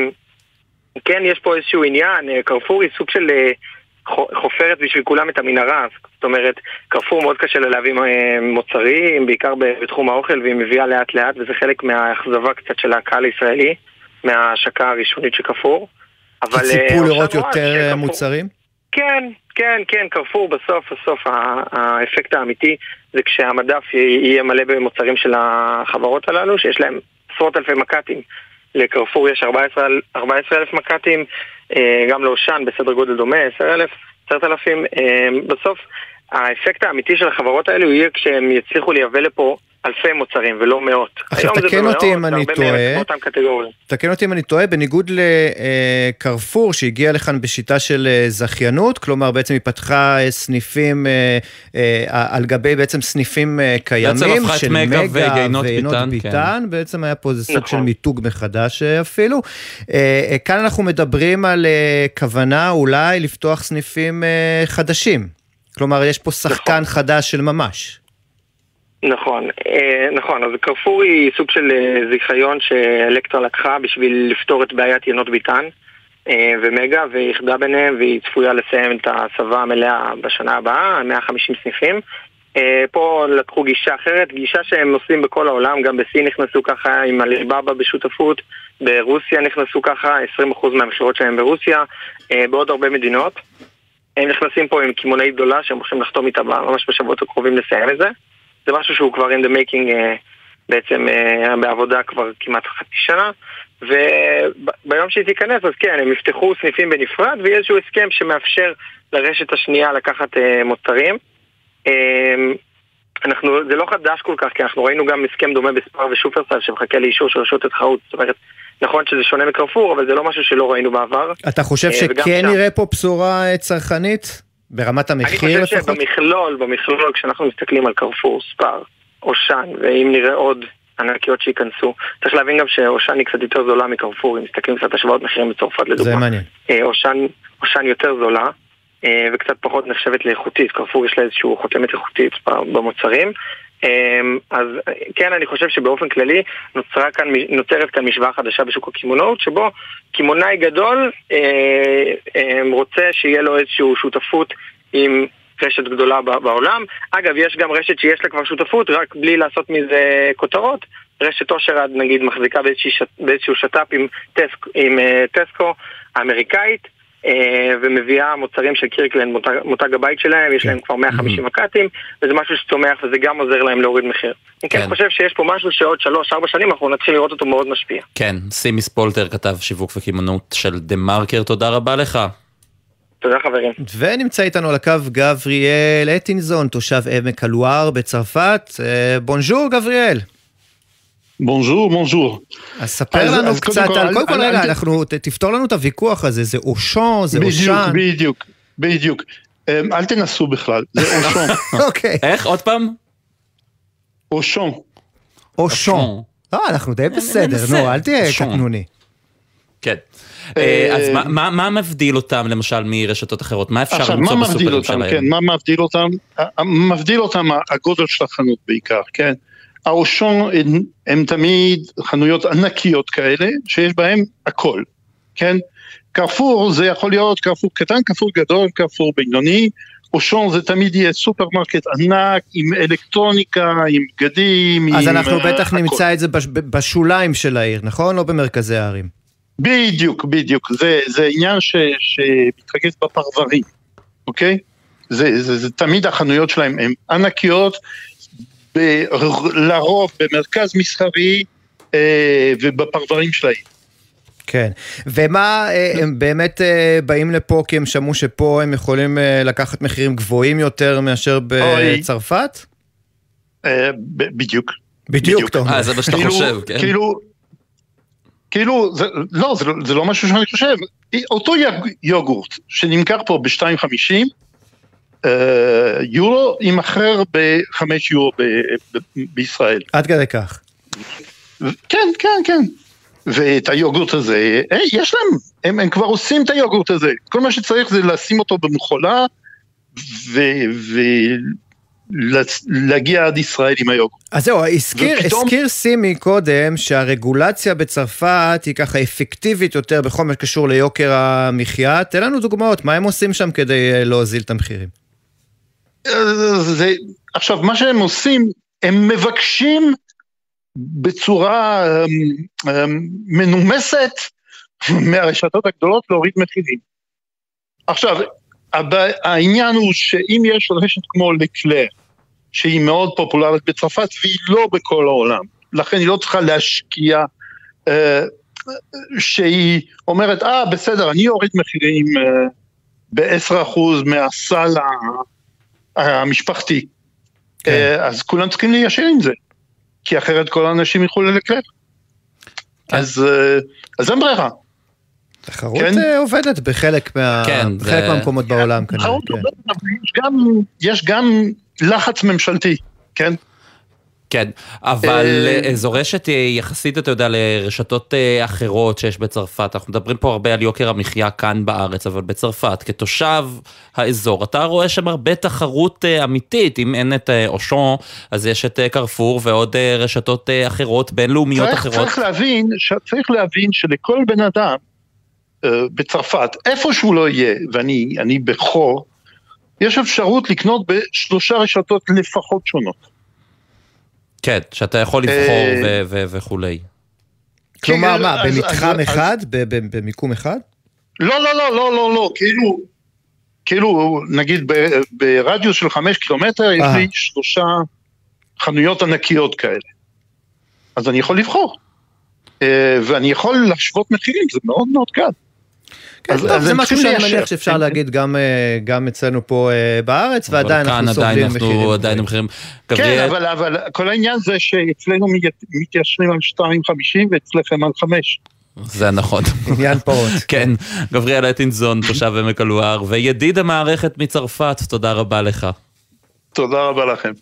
כן, יש פה איזשהו עניין, קרפור היא סוג של... חופרת בשביל כולם את המנהרה, זאת אומרת, קרפור מאוד קשה לה להביא מוצרים, בעיקר בתחום האוכל, והיא מביאה לאט לאט, וזה חלק מהאכזבה קצת של הקהל הישראלי, מההשקה הראשונית של קרפור. ציפו לראות יותר מוצרים? כן, כן, כן, קרפור בסוף, בסוף, האפקט האמיתי זה כשהמדף יהיה מלא במוצרים של החברות הללו, שיש להם עשרות אלפי מקטים. לקרפור יש ארבעה עשר אלף מקטים, גם לאושן בסדר גודל דומה, עשרת אלפים, עשרת אלפים. בסוף, האפקט האמיתי של החברות האלו יהיה כשהם יצליחו לייבא לפה אלפי מוצרים ולא מאות. עכשיו תקן אותי אם אני טועה, תקן אותי אם אני טועה, בניגוד לקרפור שהגיע לכאן בשיטה של זכיינות, כלומר בעצם היא פתחה סניפים על גבי בעצם סניפים קיימים של מגה ויינות ביטן, בעצם היה פה איזה סוג של מיתוג מחדש אפילו. כאן אנחנו מדברים על כוונה אולי לפתוח סניפים חדשים, כלומר יש פה שחקן חדש של ממש. נכון, נכון, אז קרפור היא סוג של זיכיון שאלקטרה לקחה בשביל לפתור את בעיית יינות ביטן ומגה, ויחדה ביניהם, והיא צפויה לסיים את ההסבה המלאה בשנה הבאה, מאה וחמישים סניפים. פה לקחו גישה אחרת, גישה שהם עושים בכל העולם, גם בסין נכנסו ככה, עם עליבאבא בשותפות, ברוסיה נכנסו ככה, עשרים אחוז מהמחירות שלהם ברוסיה, בעוד הרבה מדינות. הם נכנסים פה עם כימונאי גדולה, שהם הולכים לחתום איתה ממש בשבועות הקרובים לסיים את זה. זה משהו שהוא כבר in the making בעצם בעבודה כבר כמעט חצי שנה, וביום שהיא תיכנס, אז כן, הם יפתחו סניפים בנפרד, ויש איזשהו הסכם שמאפשר לרשת השנייה לקחת מוצרים. אנחנו, זה לא חדש כל כך, כי אנחנו ראינו גם הסכם דומה בספר ושופרסל, שמחכה לאישור של רשות התחרות, זאת אומרת, נכון שזה שונה מקרפור, אבל זה לא משהו שלא ראינו בעבר. אתה חושב שכן נראה פה בשורה צרכנית? ברמת המחיר לפחות? אני חושב שבמכלול, במכלול, כשאנחנו מסתכלים על קרפור, ספר, אושן, ואם נראה עוד ענקיות שיכנסו, צריך להבין גם שאושן היא קצת יותר זולה מקרפור, אם מסתכלים קצת השוואות מחירים בצרפת לדוגמה. זה מעניין. אושן, אושן יותר זולה, וקצת פחות נחשבת לאיכותית, קרפור יש לה איזשהו חותמת איכותית במוצרים, אז כן, אני חושב שבאופן כללי נוצרה כאן, נוצרת כאן משוואה חדשה בשוק הקמעונאות, שבו קמעונאי גדול רוצה שיהיה לו איזשהו שותפות עם רשת גדולה בעולם. אגב, יש גם רשת שיש לה כבר שותפות, רק בלי לעשות מזה כותרות. רשת אושר נגיד מחזיקה באיזשהו שטאפ עם טסקו, עם טסקו האמריקאית, ומביאה מוצרים של קירקלנד, מותג הבית שלהם, יש להם כבר מאה וחמישים מקטים, וזה משהו שצומח וזה גם עוזר להם להוריד מחיר. אני כן חושב שיש פה משהו שעוד שלוש, ארבע שנים אנחנו נתחיל לראות אותו מאוד משפיע. כן, סימי ספולטר כתב שיווק וקמעונאות של דה מרקר, תודה רבה לך. תודה חברים. ונמצא איתנו על הקו גבריאל אטינזון, תושב עמק הלואר בצרפת. בונז'ור גבריאל. בונז'ור, בונז'ור. אז ספר לנו קצת על, קודם כל רגע, אנחנו, תפתור לנו את הוויכוח הזה, זה אושן, זה אושן. בדיוק, בדיוק. אל תנסו בכלל, זה אושן. אוקיי. איך? עוד פעם? אושן. אושן. לא, אנחנו די בסדר, נו, אל תהיה קטנוני. כן. אז מה מבדיל אותם למשל מרשתות אחרות? מה אפשר למצוא בסופרים שלהם? כן, מה מבדיל אותם? מבדיל אותם הגודל של החנות בעיקר, כן? האושן הם תמיד חנויות ענקיות כאלה, שיש בהם הכל, כן? קרפור זה יכול להיות קרפור קטן, קרפור גדול, קרפור בינוני, אושן זה תמיד יהיה סופרמרקט ענק, עם אלקטרוניקה, עם בגדים, אז אנחנו בטח נמצא את זה בשוליים של העיר, נכון? לא במרכזי הערים. בדיוק, בדיוק, זה, זה עניין ש, שמתרכז בפרברים, אוקיי? זה, זה, זה תמיד החנויות שלהם הן ענקיות, ב, לרוב במרכז מסחרי אה, ובפרברים של העיר. כן, ומה הם באמת באים לפה כי הם שמעו שפה הם יכולים לקחת מחירים גבוהים יותר מאשר בצרפת? בדיוק. בדיוק, טוב. אה, זה מה שאתה חושב, כן? כאילו, כאילו, לא, זה לא משהו שאני חושב. אותו יוגורט שנמכר פה ב-שתיים חמישים יורו, ימכר ב-חמש יורו בישראל. עד כדי כך. כן, כן, כן. ואת היוגורט הזה, היי, יש להם, הם, הם כבר עושים את היוגורט הזה. כל מה שצריך זה לשים אותו במכולה, ולהגיע עד ישראל עם היוגורט. אז זהו, הזכיר, ופתאום... הזכיר סימי קודם, שהרגולציה בצרפת היא ככה אפקטיבית יותר, בכל מה שקשור ליוקר המחיה. תן לנו דוגמאות, מה הם עושים שם כדי להוזיל את המחירים? זה, עכשיו, מה שהם עושים, הם מבקשים, בצורה מנומסת מהרשתות הגדולות להוריד מחירים. עכשיו, העניין הוא שאם יש רשת כמו לקלר, שהיא מאוד פופולרית בצרפת, והיא לא בכל העולם, לכן היא לא צריכה להשקיע, שהיא אומרת, אה, בסדר, אני אוריד מחירים ב-עשרה אחוז מהסל המשפחתי, אז כולם צריכים ליישר עם זה. כי אחרת כל האנשים ילכו ללקלק. אז, אז אין ברירה. תחרות כן? עובדת בחלק, מה... כן, בחלק זה... מהמקומות בעולם. כן, תחרות כן. עובדת, אבל יש גם, יש גם לחץ ממשלתי, כן? כן, אבל זו רשת יחסית, אתה יודע, לרשתות אחרות שיש בצרפת, אנחנו מדברים פה הרבה על יוקר המחיה כאן בארץ, אבל בצרפת, כתושב האזור, אתה רואה שם הרבה תחרות אמיתית, אם אין את אושון, אז יש את קרפור ועוד רשתות אחרות, בינלאומיות צריך, אחרות. צריך להבין, צריך להבין שלכל בן אדם בצרפת, איפה שהוא לא יהיה, ואני אני בחור, יש אפשרות לקנות בשלושה רשתות לפחות שונות. כן, שאתה יכול לבחור וכולי. כלומר, מה, במתחם אחד? במיקום אחד? לא, לא, לא, לא, לא, לא, כאילו, כאילו, נגיד, ברדיוס של חמש קילומטר, יש לי שלושה חנויות ענקיות כאלה. אז אני יכול לבחור. ואני יכול להשוות מחירים, זה מאוד מאוד קל. כן, טוב, זה משהו שאני מניח שאפשר להגיד גם אצלנו פה בארץ, ועדיין אנחנו סובלים מחירים. כן, אבל כל העניין זה שאצלנו מתיישרים על שתיים חמישים ואצלכם על חמש. זה נכון. עניין פרות. כן, גבריאל אטינזון, תושב עמק הלואר, וידיד המערכת מצרפת, תודה רבה לך. תודה רבה לכם.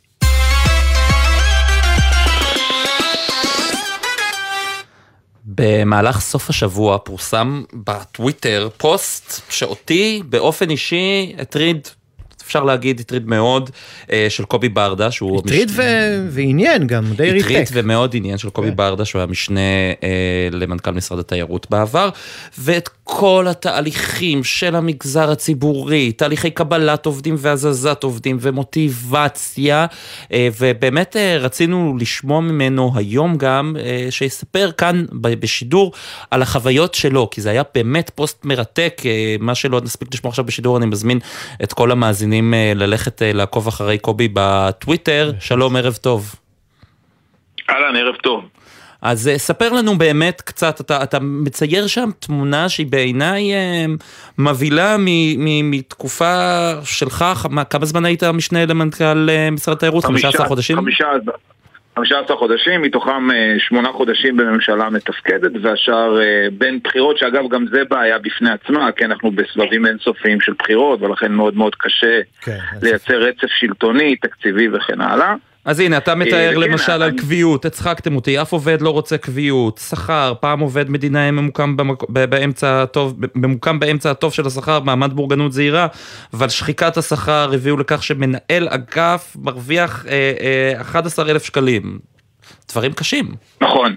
במהלך סוף השבוע פורסם בטוויטר פוסט שאותי באופן אישי הטריד, אפשר להגיד הטריד מאוד, של קובי ברדה, שהוא... הטריד ועניין גם, די ריתק. הטריד ומאוד עניין של קובי ברדה, שהוא היה משנה למנכ"ל משרד התיירות בעבר, ואת כל התהליכים של המגזר הציבורי, תהליכי קבלת עובדים והזזת עובדים ומוטיבציה, ובאמת רצינו לשמוע ממנו היום גם, שיספר כאן בשידור על החוויות שלו, כי זה היה באמת פוסט מרתק, מה שלא נספיק לשמוע עכשיו בשידור, אני מזמין את כל המאזינים ללכת לעקוב אחרי קובי בטוויטר. שלום, ערב טוב. אהלן, ערב טוב. אז ספר לנו באמת קצת, אתה, אתה מצייר שם תמונה שהיא בעיניי מבהילה מתקופה שלך, כמה זמן היית משנה למנכ"ל משרד התיירות? חמישה עשר חודשים? חמישה עשר חודשים, מתוכם שמונה חודשים בממשלה מתפקדת, והשאר בין בחירות, שאגב גם זה בעיה בפני עצמה, כי אנחנו בסבבים אינסופיים של בחירות, ולכן מאוד מאוד קשה כן, לייצר רצף שלטוני, תקציבי וכן הלאה. אז הנה, אתה מתאר למשל על קביעות, הצחקתם אותי, אף עובד לא רוצה קביעות, שכר, פעם עובד מדינה ממוקם באמצע הטוב, ממוקם באמצע הטוב של השכר, מעמד בורגנות זהירה, אבל שחיקת השכר הביאו לכך שמנהל אגף מרוויח אחד עשר אלף שקלים. דברים קשים. נכון.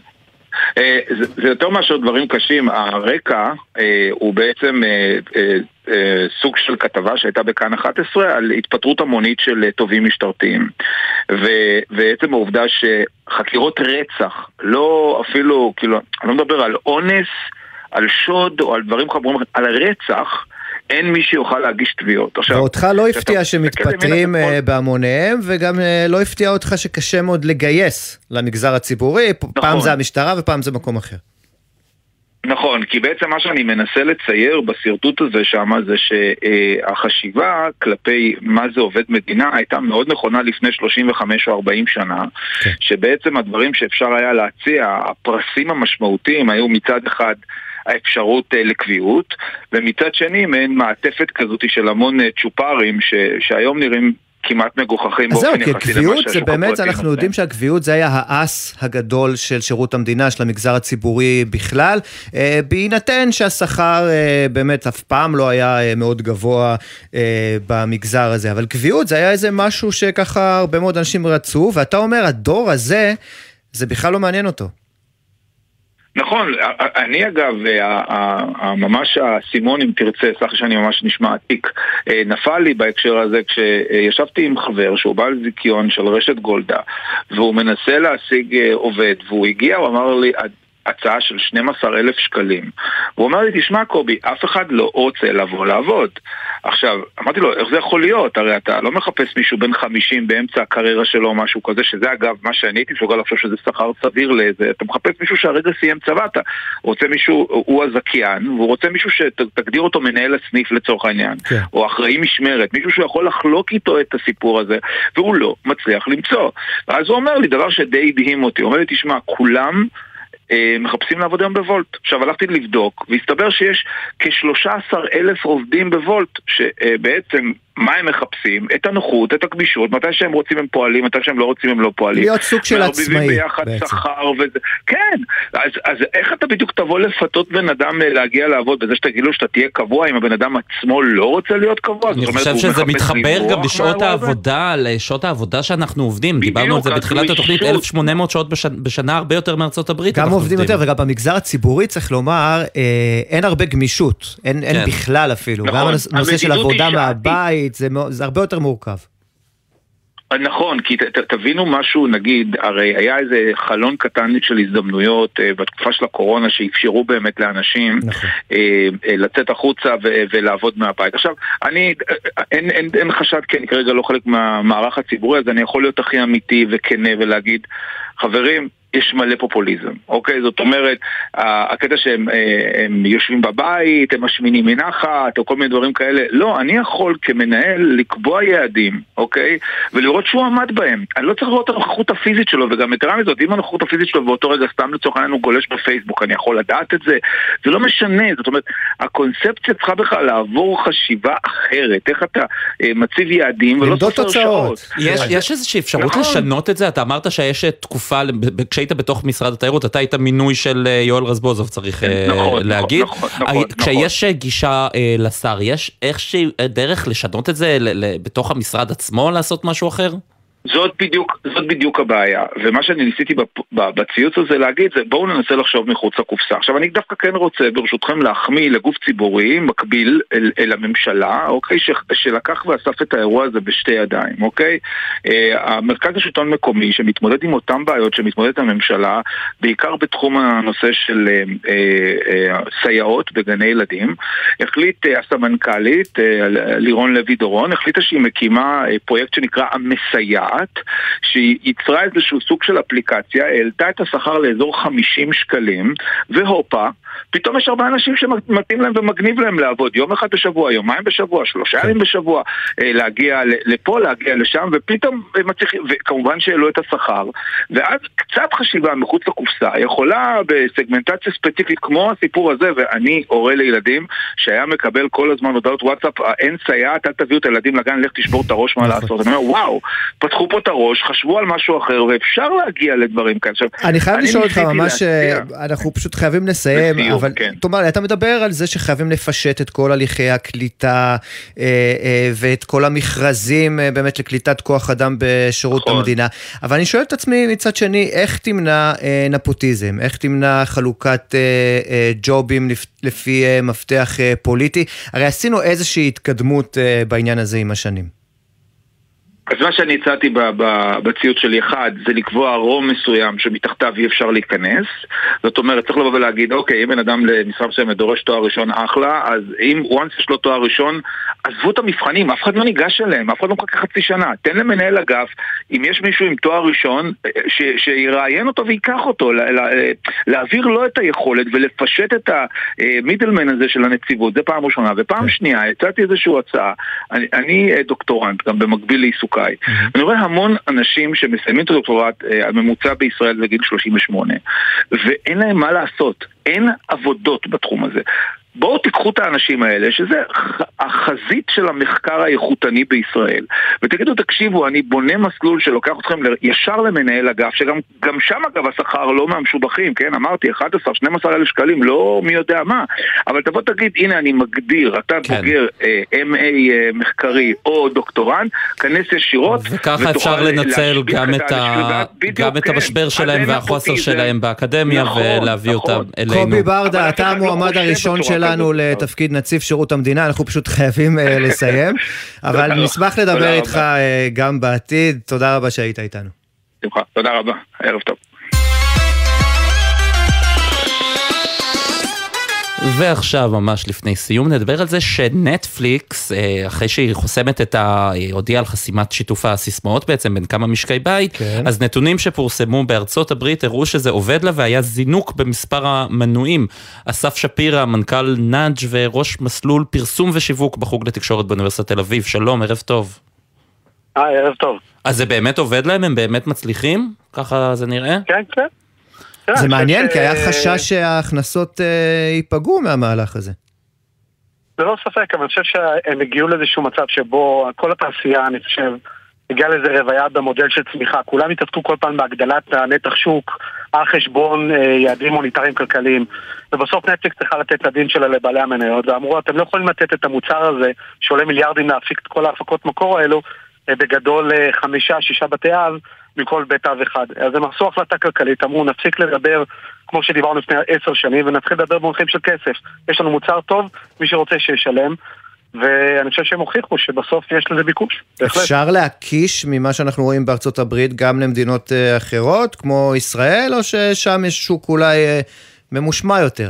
זה יותר מאשר דברים קשים. הרקע הוא בעצם סוג של כתבה שהייתה בכאן אחת עשרה על התפטרות המונית של תובעים משטרתיים, ובעצם העובדה שחקירות רצח, לא אפילו, כאילו, אני לא מדבר על אונס, על שוד או על דברים חמורים, על רצח, אין מי שיוכל להגיש תביעות. ואותך לא הפתיע שמתפטרים בהמוניהם, וגם לא הפתיע אותך שקשה מאוד לגייס למגזר הציבורי, פעם זה המשטרה ופעם זה מקום אחר. נכון, כי בעצם מה שאני מנסה לצייר בסרטוט הזה שם, זה שהחשיבה כלפי מה זה עובד מדינה הייתה מאוד נכונה לפני שלושים וחמש או ארבעים שנה, okay. שבעצם הדברים שאפשר היה להציע, הפרסים המשמעותיים היו מצד אחד האפשרות לקביעות, ומצד שני מעין מעטפת כזאת של המון צ'ופרים ש... שהיום נראים כמעט מגוחכים באופן יחסי למה שהשוק קביעות זה באמת, אנחנו יודעים שהקביעות זה היה האס הגדול של שירות המדינה, של המגזר הציבורי בכלל, בהינתן שהשכר באמת אף פעם לא היה מאוד גבוה במגזר הזה, אבל קביעות זה היה איזה משהו שככה הרבה מאוד אנשים רצו, ואתה אומר, הדור הזה, זה בכלל לא מעניין אותו. נכון, אני אגב, ממש הסימון אם תרצה, סך שאני ממש נשמע עתיק, נפל לי בהקשר הזה כשישבתי עם חבר שהוא בעל זיקיון של רשת גולדה, והוא מנסה להשיג עובד, והוא הגיע, הוא אמר לי, הצעה של שנים עשר אלף שקלים. הוא אומר לי, תשמע קובי, אף אחד לא רוצה לבוא לעבוד. עכשיו, אמרתי לו, איך זה יכול להיות? הרי אתה לא מחפש מישהו בן חמישים באמצע הקריירה שלו או משהו כזה, שזה אגב מה שאני הייתי שוגל לחשוב שזה שכר סביר לזה. אתה מחפש מישהו שהרגע סיים צבא, אתה רוצה מישהו, הוא הזכיין, והוא רוצה מישהו שתגדיר אותו מנהל הסניף לצורך העניין, כן. או אחראי משמרת, מישהו שיכול לחלוק איתו את הסיפור הזה, והוא לא מצליח למצוא. ואז הוא אומר לי דבר שדי הדהים אותי, הוא אומר לי, תשמע, כולם מחפשים לעבוד היום בוולט. עכשיו הלכתי לבדוק, והסתבר שיש כ-שלושה עשר אלף עובדים בוולט, שבעצם מה הם מחפשים? את הנוחות, את הגמישות, מתי שהם רוצים הם פועלים, מתי שהם לא רוצים הם לא פועלים. להיות סוג של עצמאי. ביחד שכר וזה. כן, אז, אז איך אתה בדיוק תבוא לפתות בן אדם להגיע לעבוד, בזה שתגידו שאתה תהיה קבוע, אם הבן אדם עצמו לא רוצה להיות קבוע? אני חושב שזה מתחבר גם לשעות העבודה, לשעות העבודה שאנחנו עובדים. דיברנו על זה בתחילת התוכנית, אלף ושמונה מאות שעות בשנה, הרבה יותר מארצות הברית. גם עובדים יותר, וגם במגזר הציבורי צריך לומר, אין הרבה גמישות, אין בכלל אפילו. גם הנושא של עבודה מהבית, זה, זה הרבה יותר מורכב. נכון, כי ת, ת, תבינו משהו, נגיד, הרי היה איזה חלון קטן של הזדמנויות uh, בתקופה של הקורונה שאפשרו באמת לאנשים נכון. uh, uh, לצאת החוצה ו- ולעבוד מהבית. עכשיו, אני, אין, אין, אין חשד, כי אני כרגע לא חלק מהמערך הציבורי, אז אני יכול להיות הכי אמיתי וכנה ולהגיד, חברים, יש מלא פופוליזם, אוקיי? זאת אומרת, הקטע שהם הם יושבים בבית, הם משמינים מנחת, או כל מיני דברים כאלה. לא, אני יכול כמנהל לקבוע יעדים, אוקיי? ולראות שהוא עמד בהם. אני לא צריך לראות את הנוכחות הפיזית שלו, וגם יתרה מזאת, אם הנוכחות הפיזית שלו באותו רגע סתם לצורך העניין הוא גולש בפייסבוק, אני יכול לדעת את זה. זה לא משנה, זאת אומרת, הקונספציה צריכה בכלל לעבור חשיבה אחרת. איך אתה מציב יעדים ולא סופר שעות. יש, יש איזושהי אפשרות לשנות את זה? אתה אמרת שיש תקופה, כשהיית בתוך משרד התיירות, אתה היית מינוי של יואל רזבוזוב, צריך להגיד. כשיש גישה לשר, יש איזושהי דרך לשנות את זה בתוך המשרד עצמו, לעשות משהו אחר? זאת בדיוק, זאת בדיוק הבעיה, ומה שאני ניסיתי בציוץ הזה להגיד זה בואו ננסה לחשוב מחוץ לקופסה. עכשיו אני דווקא כן רוצה ברשותכם להחמיא לגוף ציבורי מקביל אל, אל הממשלה, אוקיי, ש, שלקח ואסף את האירוע הזה בשתי ידיים, אוקיי. המרכז השלטון מקומי שמתמודד עם אותם בעיות שמתמודדת הממשלה, בעיקר בתחום הנושא של אה, אה, סייעות בגני ילדים, החליט אה, הסמנכ"לית אה, לירון לוי דורון, החליטה שהיא מקימה אה, פרויקט שנקרא המסייע, שהיא יצרה איזשהו סוג של אפליקציה, העלתה את השכר לאזור חמישים שקלים, והופה, פתאום יש הרבה אנשים שמתאים להם ומגניב להם לעבוד יום אחד בשבוע, יומיים בשבוע, שלושה ימים בשבוע, להגיע לפה, להגיע לשם, ופתאום מצליחים, וכמובן שאלו את השכר, ואז קצת חשיבה מחוץ לקופסה, יכולה בסגמנטציה ספציפית כמו הסיפור הזה, ואני הורה לילדים שהיה מקבל כל הזמן הודעות וואטסאפ, אין סייעת, אל תביאו את הילדים לגן, לך תשבור את הראש מה לעשות. אני אומר, וואו, פתחו פה את הראש, חשבו על משהו אחר, ואפשר להגיע לדברים כאן. אני חייב לשאול אותך ממש, אנחנו פשוט חייבים לסיים, אבל תאמר, אתה מדבר על זה שחייבים לפשט את כל הליכי הקליטה, ואת כל המכרזים באמת לקליטת כוח אדם בשירות המדינה, אבל אני שואל את עצמי מצד שני, איך תמנע נפוטיזם, איך תמנע חלוקת ג'ובים לפי מפתח פוליטי, הרי עשינו איזושהי התקדמות בעניין הזה עם השנים. אז מה שאני הצעתי בציוץ שלי אחד, זה לקבוע רום מסוים שמתחתיו אי אפשר להיכנס. זאת אומרת, צריך לבוא ולהגיד, אוקיי, אם בן אדם למשרה מסוימת דורש תואר ראשון אחלה, אז אם once יש לו תואר ראשון, עזבו את המבחנים, אף אחד לא ניגש אליהם, אף אחד לא מחכה חצי שנה. תן למנהל אגף, אם יש מישהו עם תואר ראשון, שיראיין אותו ויקח אותו, להעביר לו את היכולת ולפשט את המידלמן הזה של הנציבות. זה פעם ראשונה. ופעם שנייה, הצעתי איזושהי הצעה. אני, אני דוקטורנט, גם במקביל לעיסוק. אני רואה המון אנשים שמסיימים את הדוקטורט הממוצע בישראל בגיל שלושים ושמונה, ואין להם מה לעשות, אין עבודות בתחום הזה. בואו תיקחו את האנשים האלה, שזה החזית של המחקר האיכותני בישראל, ותגידו, תקשיבו, אני בונה מסלול שלוקח אתכם ישר למנהל אגף, שגם גם שם אגב השכר לא מהמשובחים, כן, אמרתי, אחד עשר שנים עשר אלף שקלים, לא מי יודע מה, אבל תבוא תגיד, הנה אני מגדיר, אתה כן. בוגר אם איי מחקרי או דוקטורנט, כנס ישירות, וככה אפשר לנצל גם את, ה... גם את המשבר שלהם והחוסר שלהם באקדמיה, נכון, ולהביא נכון. אותם אלינו. קובי ברדה, אתה המועמד הראשון של לנו לתפקיד נציב שירות המדינה, אנחנו פשוט חייבים לסיים, אבל נשמח לדבר איתך גם בעתיד. תודה רבה שהיית איתנו. תודה רבה, ערב טוב. ועכשיו, ממש לפני סיום, נדבר על זה שנטפליקס, אחרי שהיא חוסמת את ה... הודיעה על חסימת שיתוף הסיסמאות בעצם בין כמה משקי בית, כן. אז נתונים שפורסמו בארצות הברית הראו שזה עובד לה, והיה זינוק במספר המנויים. אסף שפירא, מנכ"ל נאג' וראש מסלול פרסום ושיווק בחוג לתקשורת באוניברסיטת תל אביב. שלום, ערב טוב. אה, ערב טוב. אז זה באמת עובד להם? הם באמת מצליחים? ככה זה נראה? כן, כן. זה מעניין, כי היה חשש שההכנסות ייפגעו מהמהלך הזה. ללא ספק, אבל אני חושב שהם הגיעו לאיזשהו מצב שבו כל התעשייה, אני חושב, הגיעה לאיזה רוויה במודל של צמיחה. כולם התעסקו כל פעם בהגדלת הנתח שוק, על חשבון יעדים מוניטריים כלכליים, ובסוף נטפליקס צריכה לתת את הדין שלה לבעלי המניות, ואמרו, אתם לא יכולים לתת את המוצר הזה, שעולה מיליארדים להפיק את כל ההפקות מקור האלו, בגדול חמישה, שישה בתי אב, מכל בית אב אחד. אז הם עשו החלטה כלכלית, אמרו, נפסיק לדבר כמו שדיברנו לפני עשר שנים, ונתחיל לדבר במונחים של כסף. יש לנו מוצר טוב, מי שרוצה שישלם, ואני חושב שהם הוכיחו שבסוף יש לזה ביקוש. אפשר להקיש ממה שאנחנו רואים בארצות הברית גם למדינות אחרות, כמו ישראל, או ששם יש שוק אולי ממושמע יותר?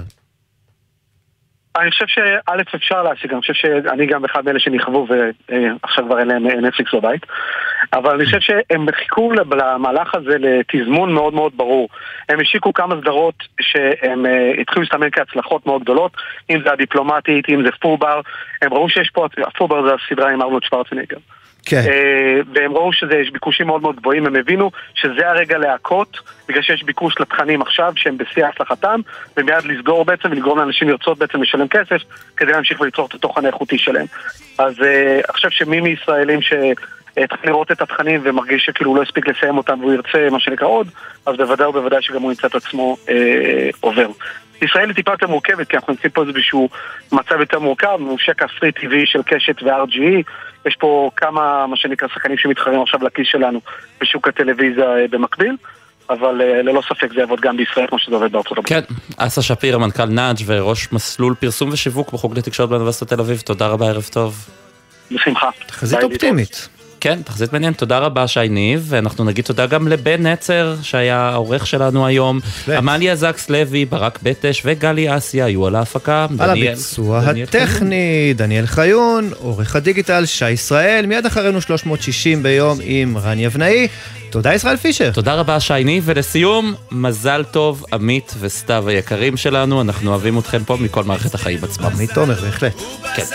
אני חושב שא' אפשר להשיג, אני חושב שאני גם אחד מאלה שנכוו ועכשיו כבר אין להם נטפליקס בבית, אבל אני חושב שהם חיכו למהלך הזה לתזמון מאוד מאוד ברור. הם השיקו כמה סדרות שהם התחילו להסתמן כהצלחות מאוד גדולות, אם זה הדיפלומטית, אם זה פובר, הם ראו שיש פה, פובר זה הסדרה עם ארנולד שוורצנגר. כן. והם ראו שיש ביקושים מאוד מאוד גבוהים, הם הבינו שזה הרגע להקות, בגלל שיש ביקוש לתכנים עכשיו שהם בשיא הצלחתם, ומיד לסגור בעצם ולגרום לאנשים לרצות בעצם לשלם כסף כדי להמשיך וליצור את התוכן האיכותי שלהם. אז אני חושב שמי מישראלים שתחיל לראות את התכנים ומרגיש שכאילו הוא לא הספיק לסיים אותם והוא ירצה מה שנקרא עוד, אז בוודאי ובוודאי שגם הוא ימצא את עצמו אה, עובר. ישראל היא טיפה יותר מורכבת, כי אנחנו נמצאים פה איזשהו מצב יותר מורכב, מושק הפרי טבעי של קשת ו-אר ג'י אי, יש פה כמה, מה שנקרא, שחקנים שמתחרים עכשיו לכיס שלנו בשוק הטלוויזיה במקביל, אבל ללא ספק זה יעבוד גם בישראל כמו שזה עובד בארצות הברית. כן, אסא שפירא, מנכ"ל נאג' וראש מסלול פרסום ושיווק בחוג לתקשורת באוניברסיטת תל אביב, תודה רבה, ערב טוב. בשמחה. תחזית אופטימית. כן, תחזית מעניין, תודה רבה שי ניב, ואנחנו נגיד תודה גם לבן נצר, שהיה העורך שלנו היום, עמליה זקס לוי, ברק בטש וגלי אסיה היו על ההפקה, על הביצוע הטכני, דניאל חיון, עורך הדיגיטל, שי ישראל, מיד אחרינו שלוש מאות שישים ביום עם רן יבנאי, תודה ישראל פישר. תודה רבה שי ניב, ולסיום, מזל טוב, עמית וסתיו היקרים שלנו, אנחנו אוהבים אתכם פה מכל מערכת החיים עצמם. עמית תומר, בהחלט. כן.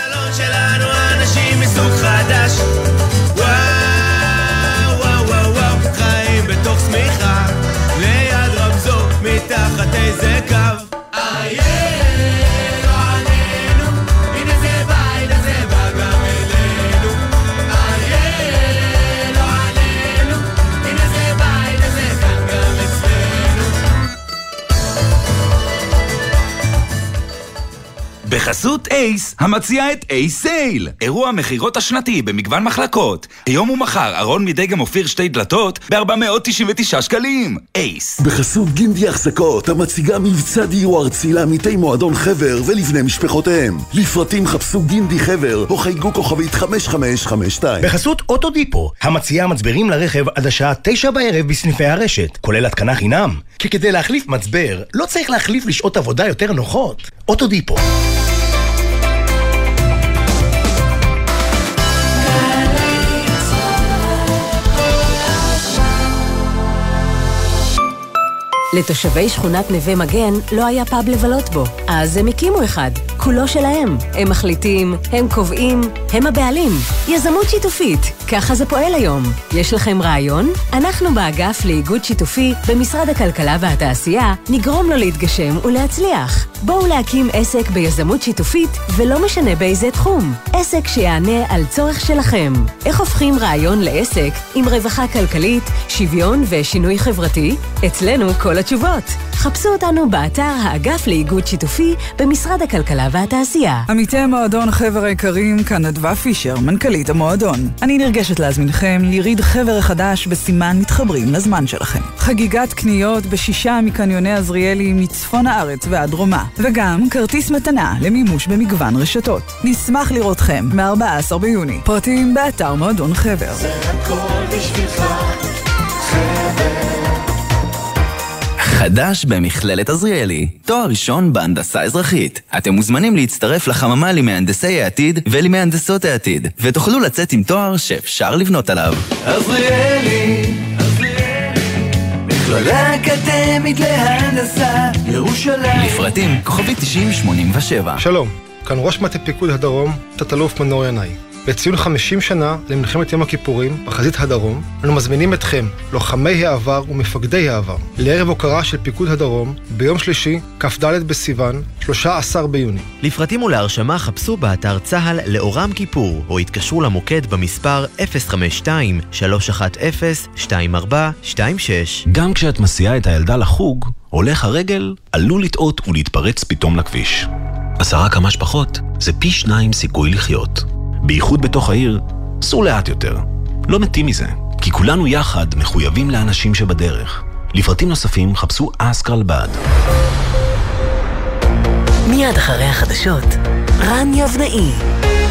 בתוך סמיכה, ליד רמזור, מתחת איזה קו. איה, לא עלינו, הנה זה בא, הנה זה בא גם אלינו. איה, לא עלינו, הנה זה בא, הנה זה כאן גם אצלנו. בחסות אייס, המציע את אייס סייל, אירוע מחירות השנתי במגוון מחלקות. היום ומחר, ארון מדגם אופיר שתי דלתות ב-ארבע מאות תשעים ותשע שקלים. אייס. בחסות גינדי החזקות, המציגה מבצע דיור ארצי לעמיתי מועדון חבר ולבני משפחותיהם. לפרטים חפשו גינדי חבר או חייגו כוכבית חמש חמש חמש שתיים. בחסות אוטודיפו, המציעה מצברים לרכב עד השעה תשע בערב בסניפי הרשת, כולל התקנה חינם. כי כדי להחליף מצבר, לא צריך להחליף לשעות עבודה יותר נוחות. אוטודיפו. לתושבי שכונת נווה מגן לא היה פאב לבלות בו, אז הם הקימו אחד, כולו שלהם. הם מחליטים, הם קובעים, הם הבעלים. יזמות שיתופית, ככה זה פועל היום. יש לכם רעיון? אנחנו באגף לאיגוד שיתופי במשרד הכלכלה והתעשייה נגרום לו להתגשם ולהצליח. בואו להקים עסק ביזמות שיתופית ולא משנה באיזה תחום. עסק שיענה על צורך שלכם. איך הופכים רעיון לעסק עם רווחה כלכלית, שוויון ושינוי חברתי? אצלנו כל התשובות. חפשו אותנו באתר האגף לאיגוד שיתופי במשרד הכלכלה והתעשייה. עמיתי המועדון חבר היקרים, כאן נדבה פישר, מנכ"לית המועדון. אני נרגשת להזמינכם ליריד חבר החדש בסימן מתחברים לזמן שלכם. חגיגת קניות בשישה מקניוני עזריאלי מצפון הארץ ועד דרומה, וגם כרטיס מתנה למימוש במגוון רשתות. נשמח לראותכם מ-ארבעה עשר ביוני. פרטים באתר מועדון חבר. זה הכל בשבילך, חבר. חדש במכללת עזריאלי, תואר ראשון בהנדסה אזרחית. אתם מוזמנים להצטרף לחממה למהנדסי העתיד ולמהנדסות העתיד, ותוכלו לצאת עם תואר שאפשר לבנות עליו. עזריאלי, עזריאלי, מכללה אקדמית להנדסה, ירושלים. לפרטים, כוכבי תשעים שמונים ושבע. שלום, כאן ראש מטה פיקוד הדרום, תת-אלוף מנור ינאי. בציון חמישים שנה למלחמת יום הכיפורים בחזית הדרום, אנו מזמינים אתכם, לוחמי העבר ומפקדי העבר, לערב הוקרה של פיקוד הדרום ביום שלישי, כ"ד בסיוון, שלושה עשר ביוני. לפרטים ולהרשמה חפשו באתר צה"ל לאורם כיפור, או התקשרו למוקד במספר אפס חמש שתיים שלוש אחת אפס שתיים ארבע שתיים שש. גם כשאת מסיעה את הילדה לחוג, הולך הרגל עלול לטעות ולהתפרץ פתאום לכביש. עשרה כמה שפחות זה פי שניים סיכוי לחיות. בייחוד בתוך העיר, סעו לאט יותר. לא מתים מזה, כי כולנו יחד מחויבים לאנשים שבדרך. לפרטים נוספים חפשו אסקרלבד. מיד אחרי החדשות, רן יבנאי.